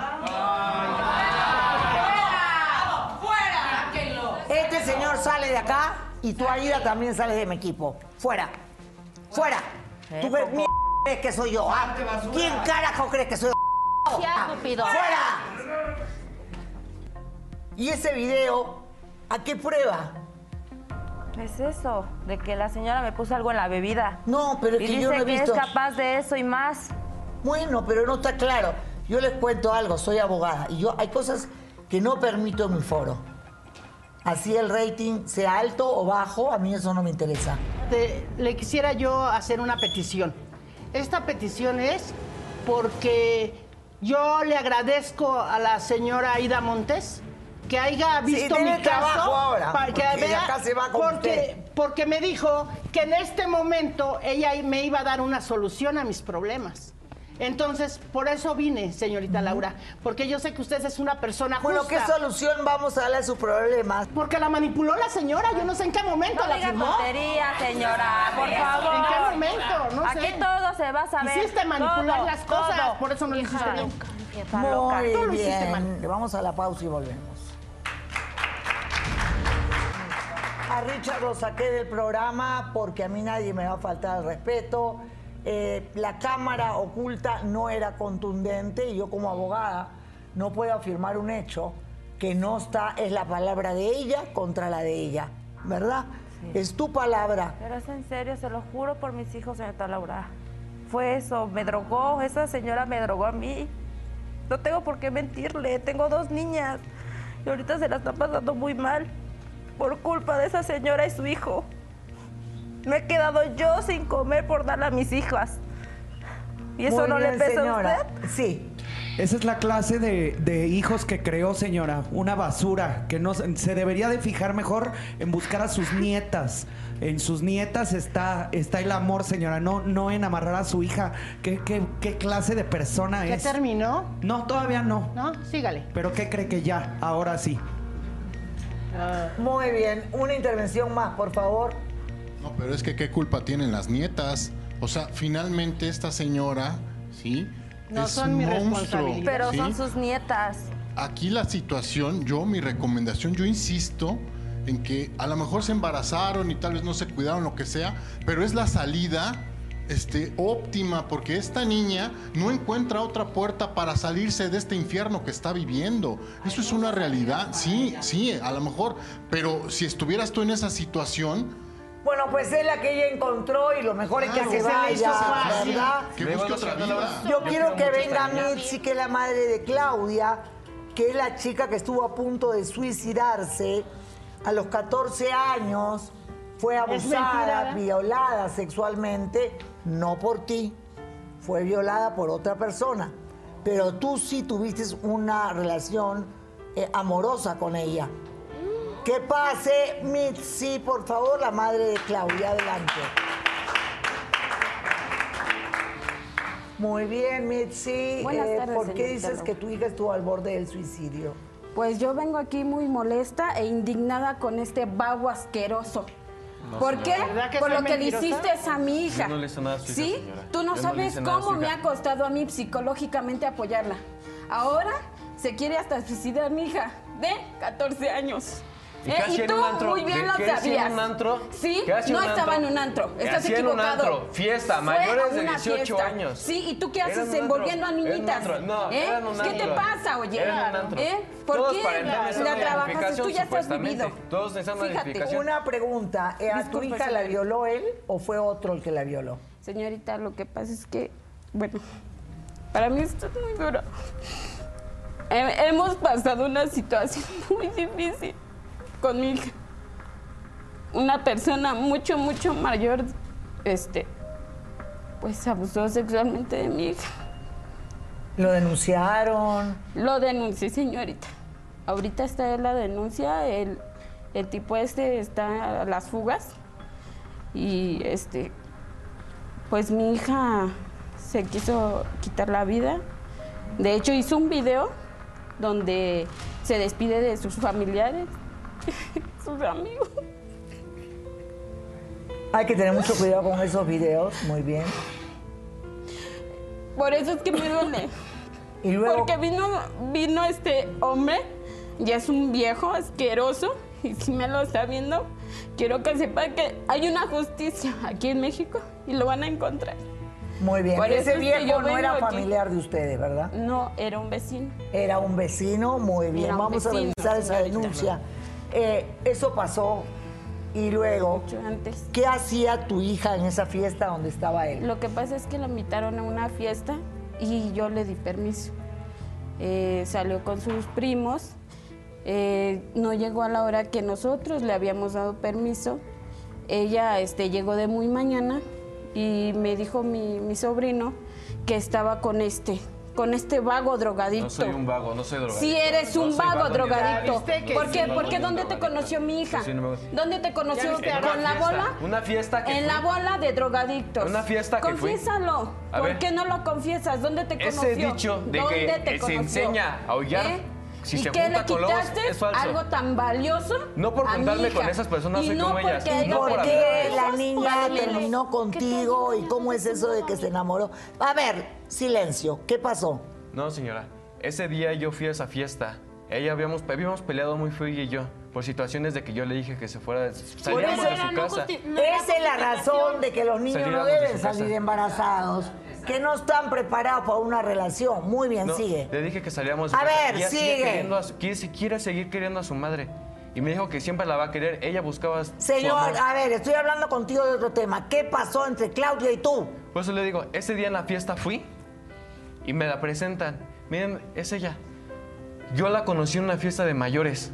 Este señor sale de acá y tú, Aida, también sales de mi equipo. Fuera. Fuera. ¿Tú qué m crees que soy yo? ¿Ah? ¿Quién carajo crees que soy yo? Ya, estúpido. ¡Fuera! ¿Y ese video a qué prueba? Es eso, de que la señora me puso algo en la bebida. No, pero y es que dice yo no he que visto. es capaz de eso y más. Bueno, pero no está claro. Yo les cuento algo, soy abogada y yo hay cosas que no permito en mi foro. Así el rating sea alto o bajo, a mí eso no me interesa. Te- le quisiera yo hacer una petición. Esta petición es porque yo le agradezco a la señora Aida Montes que haya visto tiene mi caso. trabajo ahora, para que porque vea- acá se va con porque, usted. porque me dijo que en este momento ella me iba a dar una solución a mis problemas. Entonces, por eso vine, señorita Laura, porque yo sé que usted es una persona justa. Bueno, ¿qué solución vamos a darle a sus problemas? Porque la manipuló la señora, yo no sé en qué momento No la diga firmó. tontería, señora, por favor. ¿En qué momento? No Aquí sé. todo se va a saber. Hiciste manipular todo, las cosas, todo. por eso no lo hiciste bien. Vieja loca. Muy Tú lo hiciste mal. bien. Vamos a la pausa y volvemos. A Richard lo saqué del programa porque a mí nadie me va a faltar el respeto. Eh, la cámara oculta no era contundente y yo como abogada no puedo afirmar un hecho que no está, es la palabra de ella contra la de ella, ¿verdad? Sí. Es tu palabra. Pero es en serio, se lo juro por mis hijos, señorita Laura. Fue eso, me drogó, esa señora me drogó a mí. No tengo por qué mentirle, tengo dos niñas y ahorita se la está pasando muy mal por culpa de esa señora y su hijo. Me he quedado yo sin comer por darle a mis hijas. ¿Y eso Muy no bien, le pesa señora. a usted? Sí. Esa es la clase de, de hijos que creó, señora. Una basura. Que no se se debería de fijar mejor en buscar a sus nietas. En sus nietas está, está el amor, señora. No, no en amarrar a su hija. ¿Qué, qué, qué clase de persona ¿Ya es? terminó? No, todavía no. ¿No? Sígale. ¿Pero qué cree que ya? Ahora sí. Muy bien. Una intervención más, por favor. No, pero es que qué culpa tienen las nietas. O sea, finalmente esta señora, ¿sí? No es son un mi monstruo, responsabilidad. Pero ¿sí? son sus nietas. Aquí la situación, yo, mi recomendación, yo insisto en que a lo mejor se embarazaron y tal vez no se cuidaron, lo que sea, pero es la salida este, óptima, porque esta niña no encuentra otra puerta para salirse de este infierno que está viviendo. Eso es una realidad, sí, sí, a lo mejor, pero si estuvieras tú en esa situación... Bueno, pues es la que ella encontró y lo mejor es que Claro, se que se le hizo vaya, fácil. ¿verdad? Que busque otra vida. Yo quiero que mucho venga esta niña. Mitzi, que es la madre de Claudia, que es la chica que estuvo a punto de suicidarse a los catorce años, fue abusada, mentira. violada sexualmente, no por ti, fue violada por otra persona, pero tú sí tuviste una relación eh, amorosa con ella. Que pase Mitzi, por favor, la madre de Claudia, adelante. Muy bien, Mitzi. Buenas Eh, tardes, ¿Por qué señorita dices Laura. que tu hija estuvo al borde del suicidio? Pues yo vengo aquí muy molesta e indignada con este vago asqueroso. No, ¿Por señora. qué? ¿Verdad que Por soy lo que le mentirosa? hiciste a mi hija. Yo no le hice nada a su hija, ¿Sí? señora. Tú no Yo no le sabes hice nada a su cómo me hija. ha costado a mí psicológicamente apoyarla. Ahora se quiere hasta suicidar mi hija de catorce años. ¿Y ¿Eh? qué hacía Y en tú un antro? muy bien ¿Qué- lo qué hacía sabías. en un antro? Sí, ¿Qué hacía no en un estaba en antro? un antro. ¿Qué Estás hacía en un equivocado. antro? Fiesta, Fue mayores a de una dieciocho fiesta. años. Sí, ¿y tú qué Era en haces un antro. envolviendo a Era en un niñitas? antro. No, ¿Eh? era en un ¿Qué te antro. pasa, oye? Era en un antro. ¿Eh? ¿Por Todos qué para entrar la necesitan trabajas? identificación, Tú ya estás supuestamente. vivido. Todos necesitan una Fíjate, identificación. Una pregunta, ¿eh, ¿a tu Disculpe, hija la señorita. violó él o fue otro el que la violó? Señorita, lo que pasa es que, bueno, para mí esto es muy duro. he- hemos pasado una situación muy difícil con mi hija. Una persona mucho, mucho mayor, este, pues abusó sexualmente de mi hija. ¿Lo denunciaron? Lo denuncié, señorita. Ahorita está la denuncia, el, el tipo este está a las fugas y este, pues mi hija se quiso quitar la vida. De hecho hizo un video donde se despide de sus familiares, sus amigos. Hay que tener mucho cuidado con esos videos, muy bien. Por eso es que me duele. Y luego, Porque vino, vino este hombre, ya es un viejo asqueroso, y si me lo está viendo, quiero que sepa que hay una justicia aquí en México y lo van a encontrar. muy bien. Por eso Ese es que viejo yo no vengo era aquí. familiar de ustedes, ¿verdad? No, era un vecino. Era un vecino, muy bien. Era un Vamos vecino, a revisar esa señorita. denuncia. Eh, eso pasó y luego, Mucho antes. ¿qué hacía tu hija en esa fiesta donde estaba él? Lo que pasa es que la invitaron a una fiesta y yo le di permiso. Eh, salió con sus primos, eh, no llegó a la hora que nosotros le habíamos dado permiso. Ella este, llegó de muy mañana y me dijo mi, mi sobrino que estaba con este, con este vago drogadicto. No soy un vago, no soy drogadicto. Sí, eres No un soy vago vago, ni drogadicto. drogadicto. ¿Por qué? Sí, ¿Por qué? no, ¿Dónde no, te no, conoció mi hija? Sí, no me- ¿Dónde te conoció? En una ¿Con la fiesta, bola? Una fiesta que En fui. la bola de drogadictos. Una fiesta que fui. Confiésalo. A ¿Por ver. qué no lo confiesas? ¿Dónde te conoció? Ese dicho de ¿Dónde que te se conoció? enseña a aullar, si ¿Y se qué junta le con lobos, quitaste? es falso. Algo tan valioso. No por a mi juntarme hija. con esas personas Y soy no como ellas. porque ¿Y haya por por qué amistades. la niña Válame. terminó contigo? ¿Y cómo es eso de que se enamoró? A ver, silencio. ¿Qué pasó? No, señora. Ese día yo fui a esa fiesta. Ella habíamos, habíamos peleado muy feo ella y yo por situaciones de que yo le dije que se fuera, saliéramos de su casa. Esa es la razón de que los niños no Saliéramos de deben su casa. salir embarazados, que no están preparados para una relación. Muy bien, No, sigue. le dije que salíamos de A su casa. ver, Ella sigue. queriendo a su- quiere, si quiere seguir queriendo a su madre. Y me dijo que siempre la va a querer. Ella buscaba su Señor, amor. a ver, estoy hablando contigo de otro tema. ¿Qué pasó entre Claudia y tú? Por eso le digo, ese día en la fiesta fui y me la presentan. Miren, es ella. Yo la conocí en una fiesta de mayores,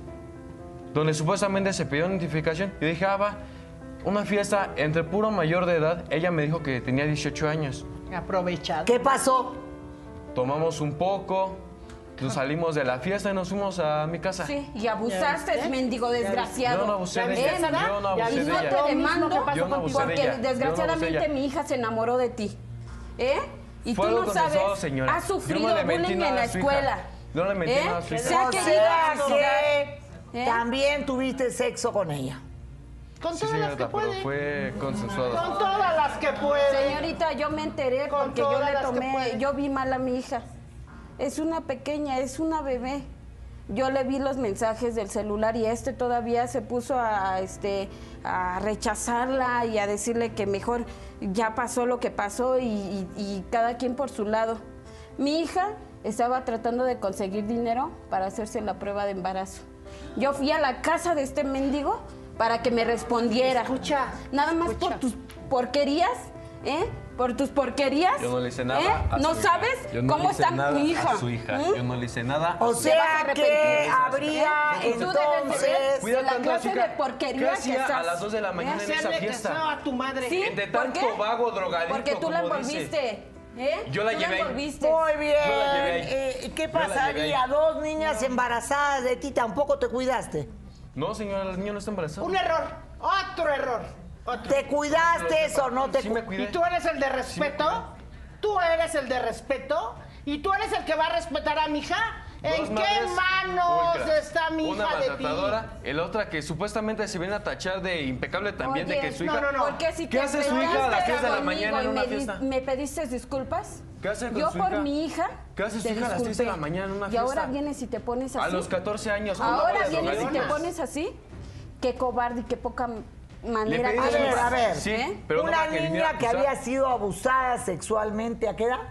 donde supuestamente se pidió identificación. Y dije, ah, va, una fiesta entre puro mayor de edad. Ella me dijo que tenía dieciocho años. Aprovechado. ¿Qué pasó? Tomamos un poco, nos salimos de la fiesta y nos fuimos a mi casa. Sí, y abusaste, mendigo desgraciado. Yo no abusé de ¿Eh? ella. Yo no abusé Y de no ella. te demando Yo no abusé de porque ella. Yo no abusé de desgraciadamente ella. mi hija se enamoró de ti. ¿Eh? Y Fue tú algo no sabes, consensuado, señora. has Yo no sufrido le mentí bullying nada en la a su hija. escuela. No le mentí ¿Eh? nada a su hija. Se ha O querido sea suicidar. que ¿Eh? también tuviste sexo con ella. Con Sí, todas las que señorita, pero puede. fue consensuado. Con todas las que puede. Señorita, yo me enteré Con porque yo todas le las que tomé, puede. yo vi mal a mi hija. Es una pequeña, es una bebé. Yo le vi los mensajes del celular y este todavía se puso a, este, a rechazarla y a decirle que mejor ya pasó lo que pasó y, y- y cada quien por su lado. Mi hija estaba tratando de conseguir dinero para hacerse la prueba de embarazo. Yo fui a la casa de este mendigo para que me respondiera. Escucha. Nada más por tus porquerías, ¿eh? Por tus porquerías. Yo no le hice nada ¿eh? a su ¿No hija. sabes Yo no cómo le hice está nada mi hija? a su hija. ¿Mm? Yo no le hice nada a O su sea vas a que arrepentir. habría ¿Eh? Y tú debes de ver entonces... Cuida la tanto a su clase hija. de porquería ¿Qué que hacía estás. a las dos de la mañana en esa Hacerle fiesta? caso a tu madre. ¿Sí? Entre ¿Por tanto qué? vago drogadicto, Porque tú la como dice. envolviste. ¿Eh? Yo la Tú llevé ahí. envolviste. Muy bien. Yo la llevé ahí. Eh, ¿Qué Yo la llevé pasaría? ahí. Dos niñas embarazadas de ti, tampoco te cuidaste. No, señora, el niño no está embarazado. Un error. Otro error. Otro. ¿Te cuidaste o no te Sí me cu- cuidé. ¿Y tú eres el de respeto? ¿Tú eres el de respeto? ¿Y tú eres el que va a respetar a mi hija? Dos ¿En qué madres manos pulcras. está mi Una hija de ti? maltratadora, el otra que supuestamente se viene a tachar de impecable también, de Oye, que su no, hija... no, no. Porque si ¿Qué te hace su hija a las enfrentaste diez de la conmigo mañana en y una me di- fiesta? ¿Me pediste disculpas? ¿Qué hace con Yo su por hija? mi hija. ¿Qué hace su te hija a las diez de la disculpé. mañana en una Y fiesta? ahora vienes y te pones así. A los catorce años. con Ahora agua de vienes y te drogadictos. pones así. Qué cobarde y qué poca manera pedí A tienes. ver, a ver. Sí, ¿Eh? pero no Una para que viniera a niña que acusar. había sido abusada sexualmente, ¿a qué edad?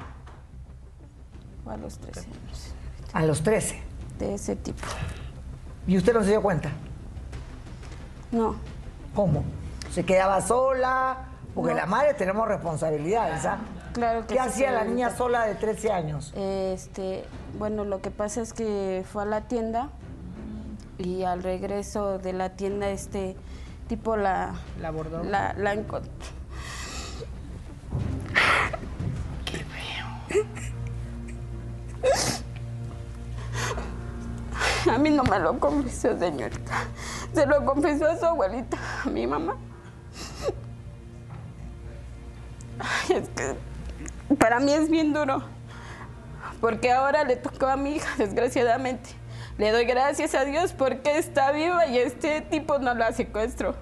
A los trece años. A los trece. De ese tipo. ¿Y usted no se dio cuenta? No. ¿Cómo? ¿Se quedaba sola Porque No. la madre tenemos responsabilidades, ¿ah? Claro que ¿Qué sí, hacía la señorita. niña sola de trece años? Este, bueno, lo que pasa es que fue a la tienda y al regreso de la tienda, este tipo la... ¿La abordó? La, la encontró. Qué feo. A mí no me lo confesó, señorita. Se lo confesó a su abuelita, a mi mamá. Ay, es que para mí es bien duro. Porque ahora le tocó a mi hija, desgraciadamente. Le doy gracias a Dios porque está viva y este tipo no la secuestró.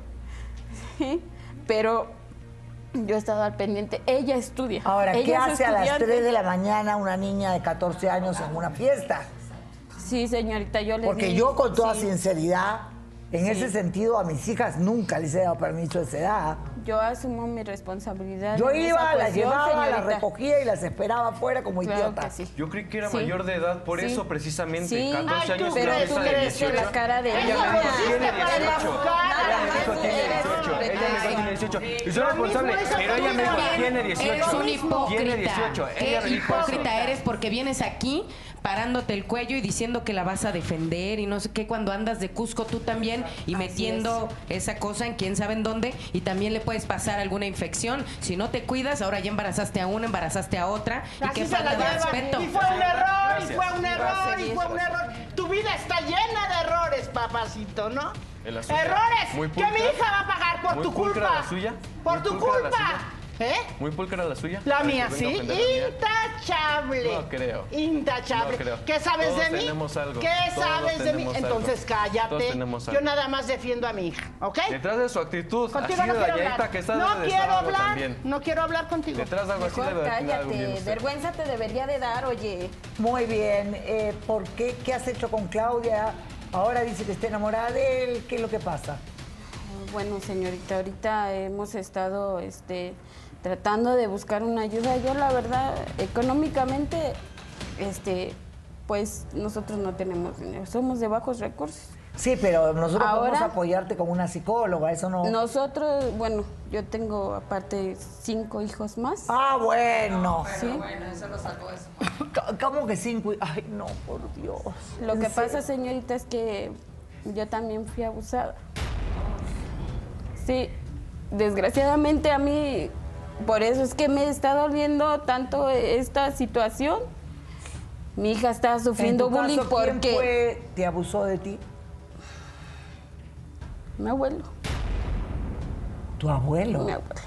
¿Sí? Pero yo he estado al pendiente. Ella estudia. Ahora, ¿qué Ella es hace a las estudiante. tres de la mañana una niña de catorce años en una fiesta? Sí, señorita, yo le Porque di- yo con toda sí. sinceridad, en Sí. ese sentido, a mis hijas nunca les he dado permiso de esa edad. Yo asumo mi responsabilidad. Yo en iba, esa las cuestión, llevaba, las señorita. recogía y las esperaba afuera como Claro idiota. que sí. Yo creí que era Sí. mayor de edad, por Sí. eso precisamente. Sí. catorce Ay, tú años crees, fiesta tú de crees que dieciocho. la cara de Ella ella. me dijo, tiene Para dieciocho. buscar, Ella me dijo, tiene dieciocho. Ella me dijo, tiene dieciocho. Y soy responsable, pero ella me dijo, tiene dieciocho. Eres un hipócrita. Tiene dieciocho. Ella Qué me dijo eso. hipócrita eres porque vienes aquí parándote el cuello y diciendo que la vas a defender y no sé qué cuando andas de Cusco tú también y metiendo esa cosa en quién sabe en dónde y también le puedes pasar alguna infección. Si no te cuidas, ahora ya embarazaste a una, embarazaste a otra y Así qué se la falta de llevan. respeto. Y fue un error, Gracias. y fue un error, Gracias. y fue un error. Tu vida está llena de errores, papacito, ¿no? ¿En la suya? Errores Muy que pulcra. mi hija va a pagar por Muy tu pulcra culpa. la suya. Por Muy tu pulcra la culpa. suya. ¿Eh? ¿Muy pulcra la suya? La Para mía, que sí. venga a ofender la mía. Intachable. No creo. Intachable. No creo. ¿Qué sabes Todos de mí? tenemos algo. ¿Qué Todos sabes de mí? tenemos algo. Entonces Todos cállate. tenemos Yo algo. nada más defiendo a mi hija, ¿ok? Detrás de su actitud, Contigo así no de quiero dañadita hablar. que está, No debe de estar quiero algo hablar. también. No quiero hablar contigo. Detrás de algo así Mejor debe de tener algo bien cállate, usted. vergüenza te debería de dar, oye. Muy bien. Eh, ¿Por qué? ¿Qué has hecho con Claudia? Ahora dice que está enamorada de él. ¿Qué es lo que pasa? Bueno, señorita, ahorita hemos estado este, tratando de buscar una ayuda. Yo, la verdad, económicamente, este, pues nosotros no tenemos dinero, somos de bajos recursos. Sí, pero nosotros Ahora- podemos apoyarte con una psicóloga, eso no... Nosotros, bueno, yo tengo aparte cinco hijos más. Ah, bueno. Sí. eso lo salvó eso. ¿Cómo que cinco? Ay, no, por Dios. Lo ¿En que serio? pasa, señorita, es que yo también fui abusada. Sí, desgraciadamente a mí, por eso es que me está doliendo tanto esta situación. Mi hija está sufriendo En tu bullying caso, ¿quién porque fue, te abusó de ti? mi abuelo. ¿Tu abuelo? Mi abuelo.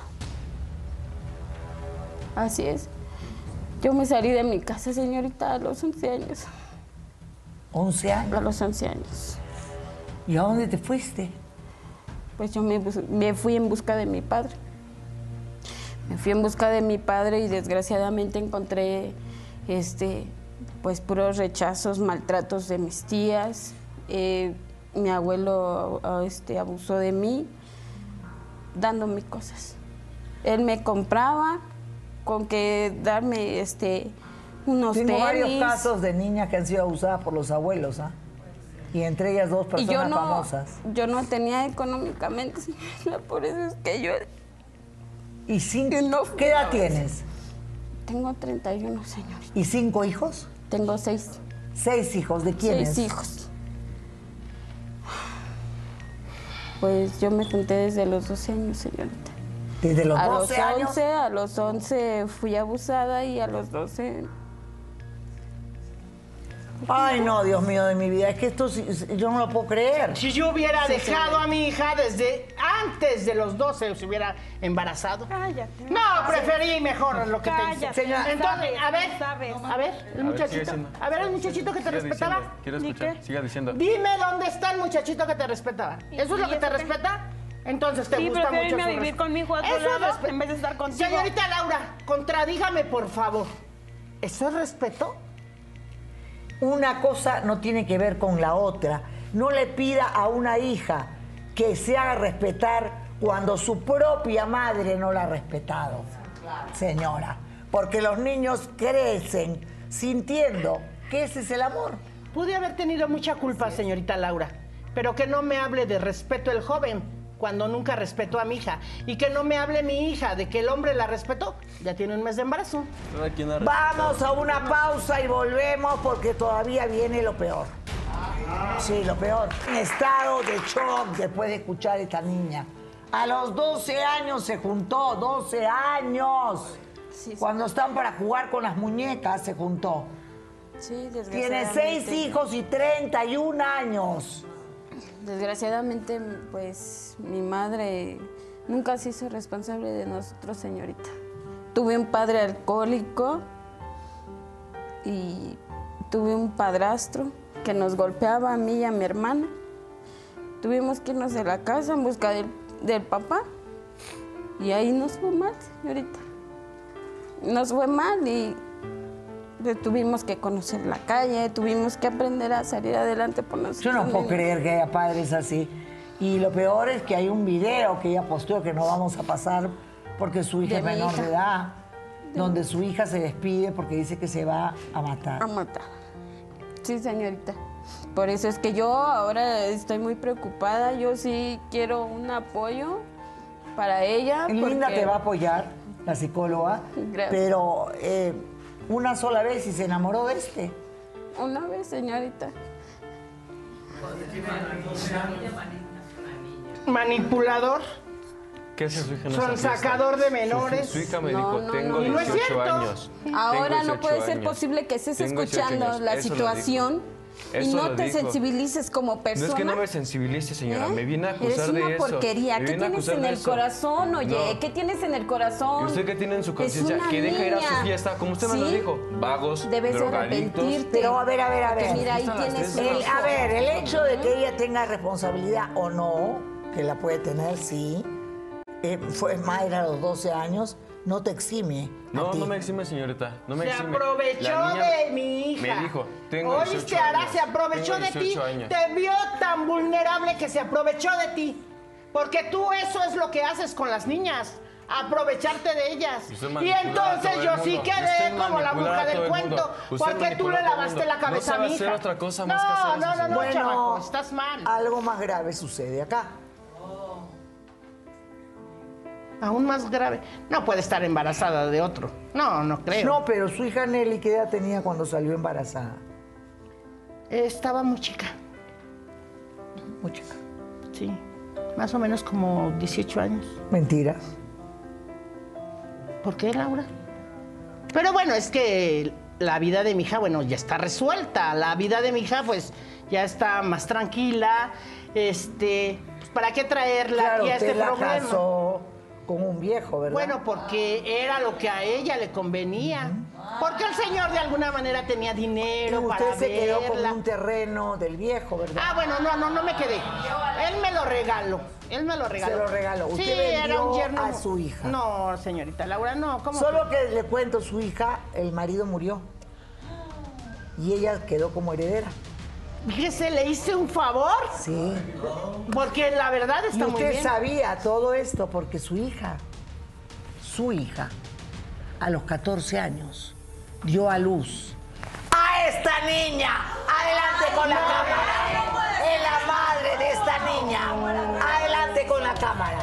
Así es. Yo me salí de mi casa, señorita, a los once años. ¿once años? A los once años. ¿Y a dónde te fuiste? Pues yo me, bus- me fui en busca de mi padre. Me fui en busca de mi padre y desgraciadamente encontré este, pues puros rechazos, maltratos de mis tías. Eh, mi abuelo ah, este, abusó de mí, dándome cosas. Él me compraba con que darme este, unos Tengo tenis. varios casos de niñas que han sido abusadas por los abuelos, ¿ah? Y entre ellas dos Y personas yo no, famosas. yo no tenía económicamente, señorita, por eso es que yo... ¿Y cinco? no ¿Qué edad tienes? Tengo treinta y uno, señor. ¿Y cinco hijos? Tengo seis. ¿Seis hijos? ¿De quiénes? Seis hijos. Pues yo me junté desde los doce años, señorita. ¿Desde los a doce los años? once, a los once fui abusada y a los doce... Ay, no, Dios mío de mi vida, es que esto sí- yo no lo puedo creer. Si yo hubiera Sí, dejado señor. a mi hija desde antes de los doce, se hubiera embarazado. Cállate. No, preferí mejor lo que te hice. Cállate. Señora, entonces, Sabes, a ver, sabes. a ver, el A ver, sigue muchachito. diciendo. A ver, el muchachito que te Siga respetaba. diciendo, quiero escuchar, siga diciendo. Dime dónde está el muchachito que te respetaba. ¿Eso es lo ¿Y que te eso qué? respeta? Entonces te Sí, gusta prefiero mucho irme a su vivir resp- con mi hijo a otro Eso es lado respe- en vez de estar contigo. Señorita Laura, contradígame, por favor. ¿Eso es respeto? Una cosa no tiene que ver con la otra. No le pida a una hija que se haga respetar cuando su propia madre no la ha respetado, señora. Porque los niños crecen sintiendo que ese es el amor. Pude haber tenido mucha culpa, señorita Laura, pero que no me hable de respeto el joven cuando nunca respetó a mi hija. Y que no me hable mi hija de que el hombre la respetó. Ya tiene un mes de embarazo. Vamos a una pausa y volvemos porque todavía viene lo peor. Sí, lo peor. En estado de shock después de escuchar a esta niña. A los doce años se juntó, doce años. Sí, sí. Cuando están para jugar con las muñecas se juntó. Sí, Tiene desgraciadamente. seis hijos y treinta y un años. Desgraciadamente, pues, mi madre nunca se hizo responsable de nosotros, señorita. Tuve un padre alcohólico y tuve un padrastro que nos golpeaba a mí y a mi hermana. Tuvimos que irnos de la casa en busca del, del papá y ahí nos fue mal, señorita. Nos fue mal y tuvimos que conocer la calle, tuvimos que aprender a salir adelante por nosotros. Yo no puedo mismos. creer que haya padres así. Y lo peor es que hay un video que ella posteó que no vamos a pasar porque su hija De es mi menor hija. de edad, donde su hija se despide porque dice que se va a matar. A matar. Sí, señorita. Por eso es que yo ahora estoy muy preocupada. Yo sí quiero un apoyo para ella. Linda porque- te va a apoyar, la psicóloga, Gracias. pero eh, una sola vez y se enamoró de este. Una vez, señorita. Manipulador. ¿Qué hace su hija en Son esa fiesta? sacador de Su- menores. Su, hija me No, dijo, no, tengo no. Y no es dieciocho cierto. años. Ahora Tengo no dieciocho puede ser años. posible que estés Tengo dieciocho escuchando años. la Eso lo situación dijo. y Eso no lo te dijo. sensibilices como persona. No es que no me sensibilice, señora. ¿Eh? Me viene a acusar Eres de una eso. porquería. Me ¿Qué viene a tienes acusar en de el eso. corazón, oye? No. ¿Qué tienes en el corazón? ¿Y usted qué tiene en su Es conciencia? una Que deje ir a su niña. fiesta, como usted me lo ¿Sí? dijo. Vagos, Debes de drogadictos. arrepentirte. Pero a ver, a ver, a ver. Porque mira, ahí Están las tienes tres. un El- hijo. a ver, el hecho de que ella tenga responsabilidad o no, que la puede tener, sí, eh, fue madre a los doce años, no te exime. a No, ti. no me exime, señorita. No me Se exime. aprovechó La niña de mi hija. Me dijo, tengo ¿Oíste, dieciocho Ara? años. Se aprovechó Tengo de ti. dieciocho años. Te vio tan vulnerable que se aprovechó de ti. Porque tú eso es lo que haces con las niñas. Aprovecharte de ellas. Usted Y manipula a entonces todo el yo sí mundo. quedé Usted como la manipula bruja a del todo el cuento. mundo. Usted Porque tú manipula le a todo el lavaste mundo. la cabeza No a sabe mi hacer hija. otra cosa no, más que hacer eso, no, no, no, Bueno, chamaco, estás mal. Algo más grave sucede acá. Aún más grave. No puede estar embarazada de otro. No, no creo. No, pero su hija Nelly, ¿qué edad tenía cuando salió embarazada? Estaba muy chica. Muy chica. Sí. Más o menos como dieciocho años. Mentiras. ¿Por qué, Laura? Pero bueno, es que la vida de mi hija, bueno, ya está resuelta. La vida de mi hija, pues, ya está más tranquila. Este, pues, ¿para qué traerla Claro, aquí a este usted la problema? casó con un viejo, ¿verdad? Bueno, porque era lo que a ella le convenía. Porque el señor de alguna manera tenía Y dinero usted para se quedó con verla. un terreno del viejo, ¿verdad? Ah, bueno, no, no, no me quedé. Él me lo regaló. Él me lo regaló. Se lo regaló. Usted Sí, vendió era un yerno. a su hija. No, señorita Laura, no. ¿Cómo? Solo que le cuento, su hija, el marido murió. Y ella quedó como heredera. Fíjese, le hice un favor. Sí. Porque la verdad está Y muy usted bien. sabía todo esto porque su hija, su hija, a los catorce años, dio a luz a esta niña. Adelante con la cámara. Es la madre de esta niña. Adelante con la cámara.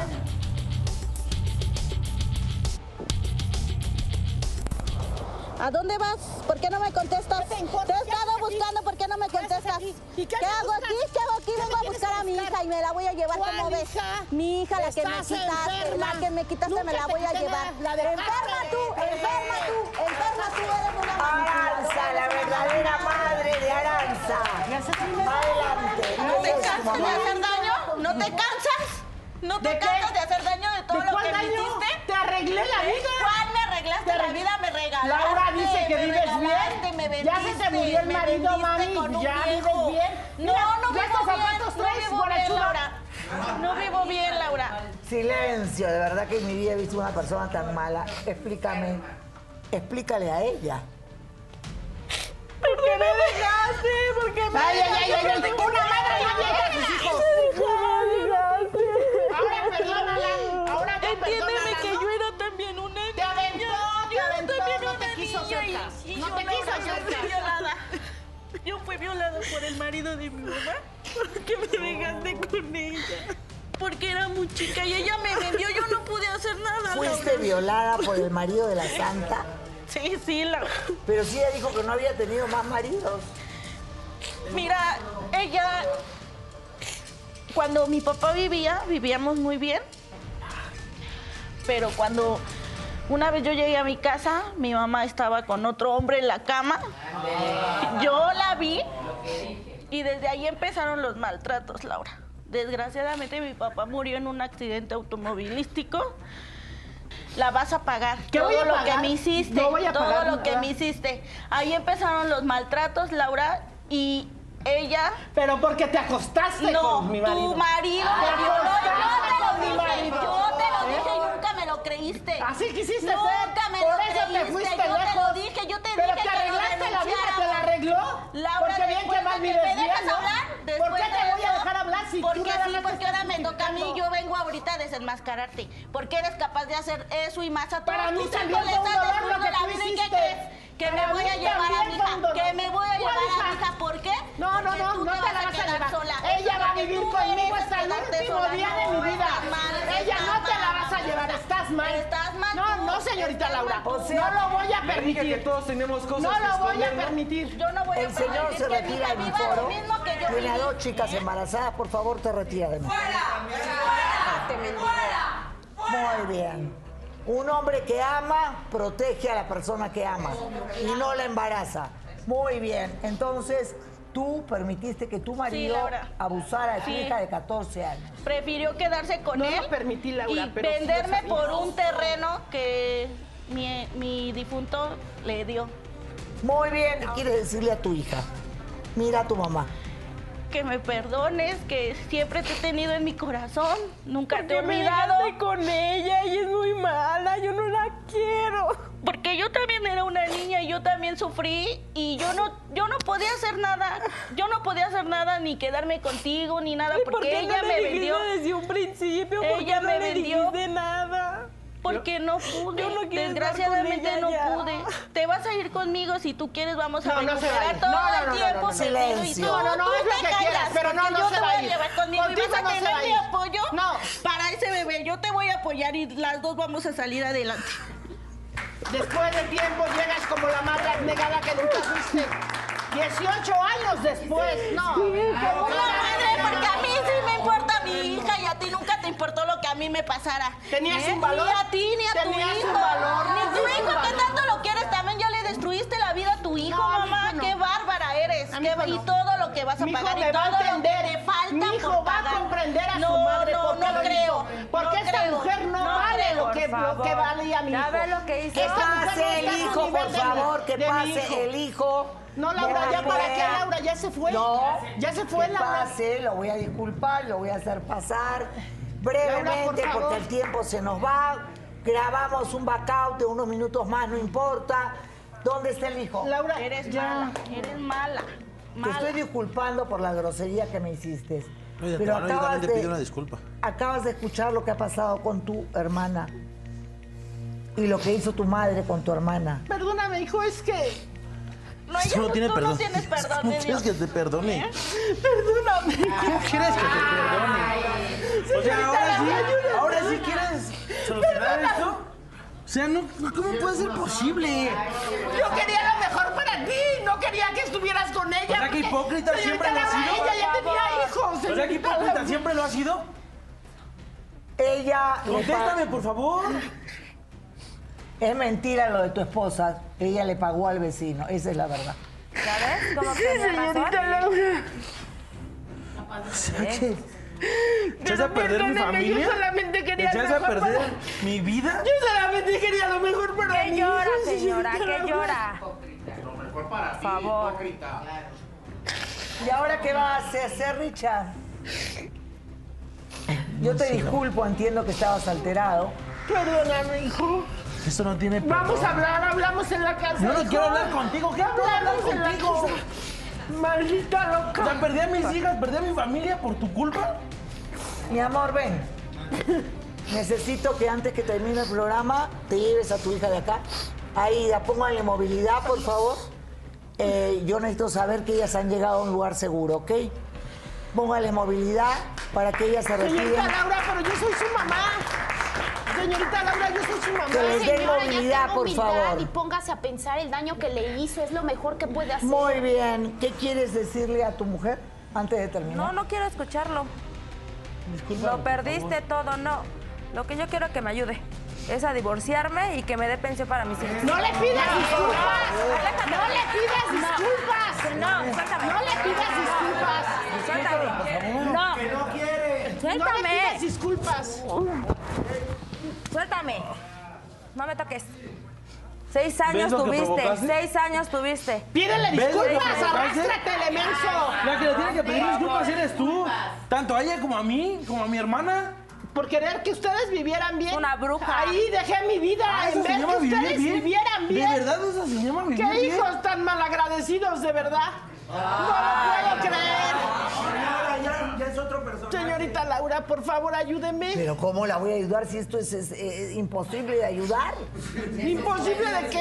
¿A dónde vas? ¿Por qué no me contestas? Te he estado buscando, ¿por qué no me contestas? ¿Y qué ¿Qué hago buscas? aquí? ¿Qué hago aquí? ¿Qué me Vengo a quieres buscar a mi buscar? hija y me la voy a llevar, ¿Cuál ¿cómo ves? hija? Mi hija, la que me Estás quitaste, enferma. la que me quitaste, me Nunca la te voy a quité llevar. nada, la dejaste. Enferma tú, enferma tú, enferma tú, eres una Aranza, la verdadera madre de Aranza. Adelante. ¿No te Ella es su cansas de mamá. hacer daño? ¿No te cansas? ¿No te ¿De qué? cansas de hacer daño de todo ¿De lo cuál que me daño? hiciste? Te arreglé la ¿Eh? vida. ¿Cuál me arreglaste Te la arreglé- vida? Me regalaste. Laura dice que me vives regalaste, bien. Me vendiste, Ya se te murió el me marido, vendiste mami. con un Ya viejo. vives bien. No, Mira, no ya vivo estos bien. zapatos No traes, vivo bien, guarachuda. Laura. No vivo bien, Laura. Silencio, de verdad que en mi vida he visto una persona tan mala. Explícame, explícale a ella. ¿Por qué me dejaste? ¿Por qué me Ay, ay, ay, ay, ay, dejaste? una madre no deja a sus hijos. Ahora perdónala. Ahora tú Entiéndeme perdónala, que ¿no? yo era también una Te aventó, niña. te Yo aventó, también no era te una quiso niña y- soltar. y No yo, te quiso Laura, yo fui soltar. violada. Yo fui violada por el marido de mi mamá porque me dejaste con ella. porque era muy chica y ella me vendió. Yo no pude hacer nada. ¿Fuiste Laura. violada por el marido de la santa? Sí, sí, Laura. Pero sí ella dijo que no había tenido más maridos. Mira, ella, cuando mi papá vivía, vivíamos muy bien. Pero cuando una vez yo llegué a mi casa, mi mamá estaba con otro hombre en la cama. Yo la vi y desde ahí empezaron los maltratos, Laura. Desgraciadamente mi papá murió en un accidente automovilístico. La vas a pagar. ¿Qué todo voy a lo pagar? que me hiciste. No voy a todo pagar lo que nada. me hiciste. Ahí empezaron los maltratos, Laura, y ella. Pero porque te acostaste no, con mi marido. tu marido Te me violó. acostaste Yo con te mi lo dije. marido. Yo te lo dije ¿Eh? y nunca me lo creíste. Así quisiste nunca ser. Nunca me Por lo eso te creíste. fuiste yo lejos. te lo dije. Yo te Pero dije te que lo arreglaste la vida, te la denunciáramos. arregló. Laura, Porque bien después que mal de vives ¿me bien, dejas ¿no? hablar? ¿Por Después qué te de voy a eso, dejar hablar si tú porque nada sí, más porque estás ahora me toca a mí. criticando? Yo vengo ahorita a desenmascararte. Porque eres capaz de hacer eso y más a todos Para mí tus también hijos fue un les estás dolor lo destruyendo que la tú vida. ¿Y qué hiciste. crees? Que Para me voy a mí llevar a también mi fue hija. un dolor. Que me voy a ¿Cuál llevar a hija? mi hija. ¿Por qué? No, no, Porque no, tú no te te la vas a vas a quedar llevar. sola. Ella va a Porque vivir tú conmigo mereces hasta el quedarte último sola. día de No, mi vida. estás mal, Ella estás no te la mal. vas a llevar, estás mal. Estás mal No, tú. no, señorita Estás Laura. mal tú. O sea, no lo voy a Le dije permitir. que todos tenemos cosas No que lo voy a esconder, ¿no? permitir. Yo no voy a El señor permitir se que mi retira hija de mi viva lo foro. mismo que yo Tiene a viví. dos chicas embarazadas, por favor, te retira de mí. Muy bien. Un hombre que ama protege a la persona que ama y no la embaraza. Muy bien. Entonces, tú permitiste que tu marido Laura. abusara de tu Sí. hija de catorce años. Prefirió quedarse con No él lo permití, Laura, y pero sí lo venderme sabía. por un terreno que mi, mi difunto le dio. Muy bien. ¿Qué quieres decirle a tu hija? Mira a tu mamá. Que me perdones, que siempre te he tenido en mi corazón. Nunca te he ¿Por qué me olvidado. dejaste con ella? Ella es muy mala, yo no la quiero. Porque yo también era una niña y yo también sufrí y yo no, yo no podía hacer nada. Yo no podía hacer nada ni quedarme contigo ni nada ¿Y porque por qué ella no me le vendió. dijiste desde un principio? ¿Por Ella qué no me le vendió. dijiste nada? Porque no pude. Yo no quiero Desgraciadamente estar con ella no ya. pude. Te vas a ir conmigo si tú quieres. Vamos a No, no se recuperar vaya. todo No, no, no, el no, tiempo no, no. perdido y Silencio. tú, No, no, no, tú es lo te que callas, quieras, pero no, porque no yo se te va voy a a ir. llevar conmigo y Contigo vas a no se tener va a mi ir. apoyo No. para ese bebé. Yo te voy a apoyar y las dos vamos a salir adelante. Después de tiempo llegas como la madre abnegada que nunca fuiste. dieciocho años después, no. Una madre, porque a mí sí me importa mi hija y a ti nunca te importó lo que a mí me pasara. Tenías ¿Eh? un valor. Ni a ti ni a tu Tenías hijo. un valor. Ni tu Tenías un hijo, que valor. tanto lo quieres, también ya le destruiste la vida a tu hijo, No, a mi mamá. hijo no. Qué bárbara eres. A mi Qué- hijo y no. todo lo que vas a Mi hijo pagar y me va a todo lo que entender. te falta Mi hijo por va a pagar. comprender a su No, madre no, por qué no lo creo. hizo. Porque no esta creo. mujer no, No vale creo, lo que, por lo que favor. valía mi hijo. Ya ves lo que hizo. Que Esta mujer no pase el está a su hijo, nivel por de- favor, que de mi pase hijo. el hijo. No, Laura, de ya para qué, Andrea. Laura, ya se fue. No, Ya se fue, que Laura. pase, lo voy a disculpar, lo voy a hacer pasar Laura, brevemente por favor. porque el tiempo se nos va. Grabamos un backout de unos minutos más, no importa. ¿Dónde está el hijo? Laura, Eres ya. mala, eres mala. Te Mala. estoy disculpando por la grosería que me hiciste. Oye, de Pero antemano yo acabas también te pido una de, disculpa. acabas de escuchar lo que ha pasado con tu hermana y lo que hizo tu madre con tu hermana. Perdóname, hijo, es que... No, ella Eso no no, tiene tú perdón. no tienes perdón ¿Cómo de quieres Dios. que te perdone? Perdóname. ¿Cómo quieres que te perdone? O sea, ahora sí, ahora sí quieres solucionar esto. O sea, no, ¿cómo puede ser posible? Yo quería lo mejor para ti, no quería que estuvieras con ella. O sea, que hipócrita Señorita siempre lo ha Laura, sido. Ella ya tenía hijos. O sea, que señorita hipócrita Laura. siempre lo ha sido. Ella le Contéstame, pa- por favor. Es mentira lo de tu esposa. Ella le pagó al vecino. Esa es la verdad. ¿Sabes? Como Sí, que tenía señorita razón. Laura. ¿Qué? ¿Echas a Pero perder mi perdóname, familia? yo solamente quería ¿Echas lo a mejor perder para- mi vida? Yo solamente quería lo mejor para ¿Qué mí. llora, señora? ¿Qué llora? Por favor. ¿Y ahora qué vas a hacer, Richard? Yo te disculpo, entiendo que estabas alterado. Perdóname, hijo. Esto no tiene perdón. Vamos a hablar, hablamos en la casa. Yo no hijo. quiero hablar contigo. ¿Qué puedo hablar Hablamos en la contigo? casa. Maldita loca. O sea, perdí a mis hijas, perdí a mi familia por tu culpa. Mi amor, ven. Necesito que antes que termine el programa te lleves a tu hija de acá. Aida, póngale movilidad, por favor. Eh, yo necesito saber que ellas han llegado a un lugar seguro, ¿ok? póngale movilidad para que ella se retire. Señorita Laura, pero yo soy su mamá. Señorita Laura, yo soy su mamá. Que les den Señora, ya movilidad, tenga por humildad favor. Y póngase a pensar el daño que le hizo, es lo mejor que puede hacer. Muy bien. ¿Qué quieres decirle a tu mujer antes de terminar? No, no quiero escucharlo. Discúlpame, Lo perdiste todo, no. Lo que yo quiero es que me ayude es a divorciarme y que me dé pensión para mis hijos. ¡No le pidas disculpas! Aléjate. ¡No le pidas disculpas! No, suéltame. ¡No le pidas disculpas! Suéltame. No. Que no quiere. Suéltame. No le pidas disculpas. Suéltame. No me toques. Seis años ¿Ves lo que tuviste. provocaste? Seis años tuviste. Pídele ¿Ves lo que disculpas, provocaste? arrástrate, elemenso. La que le tiene que pedir disculpas eres tú. Tanto a ella como a mí, como a mi hermana. Por querer que ustedes vivieran bien. Una bruja. Ahí dejé mi vida Ah, en ¿eso se ver que llama vivir ustedes bien? vivieran ¿De bien. verdad eso se llama vivir ¿Qué bien? hijos tan malagradecidos, de verdad? No lo puedo creer. Ya, ya es otro personaje. Señorita Laura, por favor, ayúdeme. Pero ¿cómo la voy a ayudar si esto es, es, es imposible de ayudar? ¿Imposible de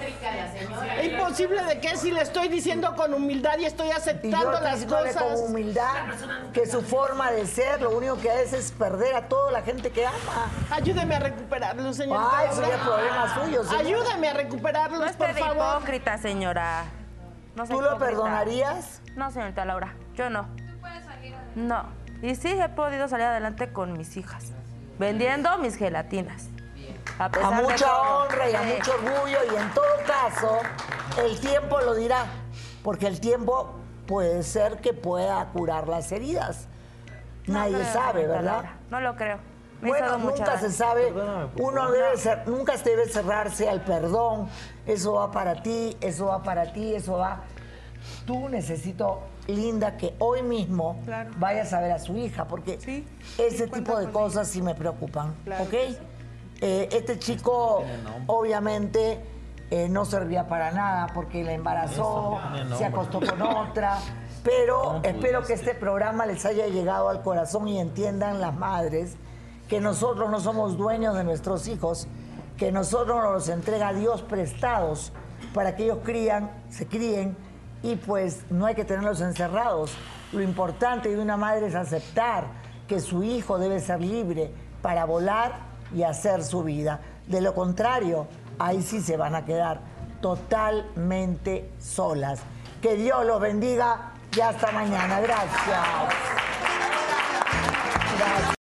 qué? ¿Imposible de qué? Si le estoy diciendo con humildad y estoy Y yo aceptando estoy las diciéndole cosas. con humildad que su forma de ser lo único que hace es perder a toda la gente que ama. Ayúdeme a recuperarlos, señorita Ah, eso Laura. ya es problema suyo, señora. Ayúdeme a recuperarlos, No esté por de favor. hipócrita, señora. No sea ¿Tú lo hipócrita. perdonarías? No, señorita Laura, yo no. No. Y sí he podido salir adelante con mis hijas, vendiendo mis gelatinas. A, A pesar de mucha todo. honra y a Sí. mucho orgullo, y en todo caso, el tiempo lo dirá, porque el tiempo puede ser que pueda curar las heridas. No Nadie creo, sabe, señorita ¿verdad? Laura, no lo creo. Me hizo Bueno, mucha nunca daño. se sabe, Perdóname, por uno favor. debe ser, nunca se debe cerrarse al perdón. Eso va para ti, eso va para ti, eso va. Tú necesito, Linda, que hoy mismo Claro. vayas a ver a su hija, porque Sí, ese cuenta tipo de con cosas sí me preocupan, Claro ¿ok? que sí. Eh, este chico, obviamente, eh, no servía para nada porque la embarazó, se acostó con otra. Pero espero que este programa les haya llegado al corazón y entiendan las madres que nosotros no somos dueños de nuestros hijos, que nosotros nos los entrega Dios prestados para que ellos crían, se críen, y pues no hay que tenerlos encerrados. Lo importante de una madre es aceptar que su hijo debe ser libre para volar y hacer su vida. De lo contrario, ahí sí se van a quedar totalmente solas. Que Dios los bendiga y hasta mañana. Gracias. Gracias.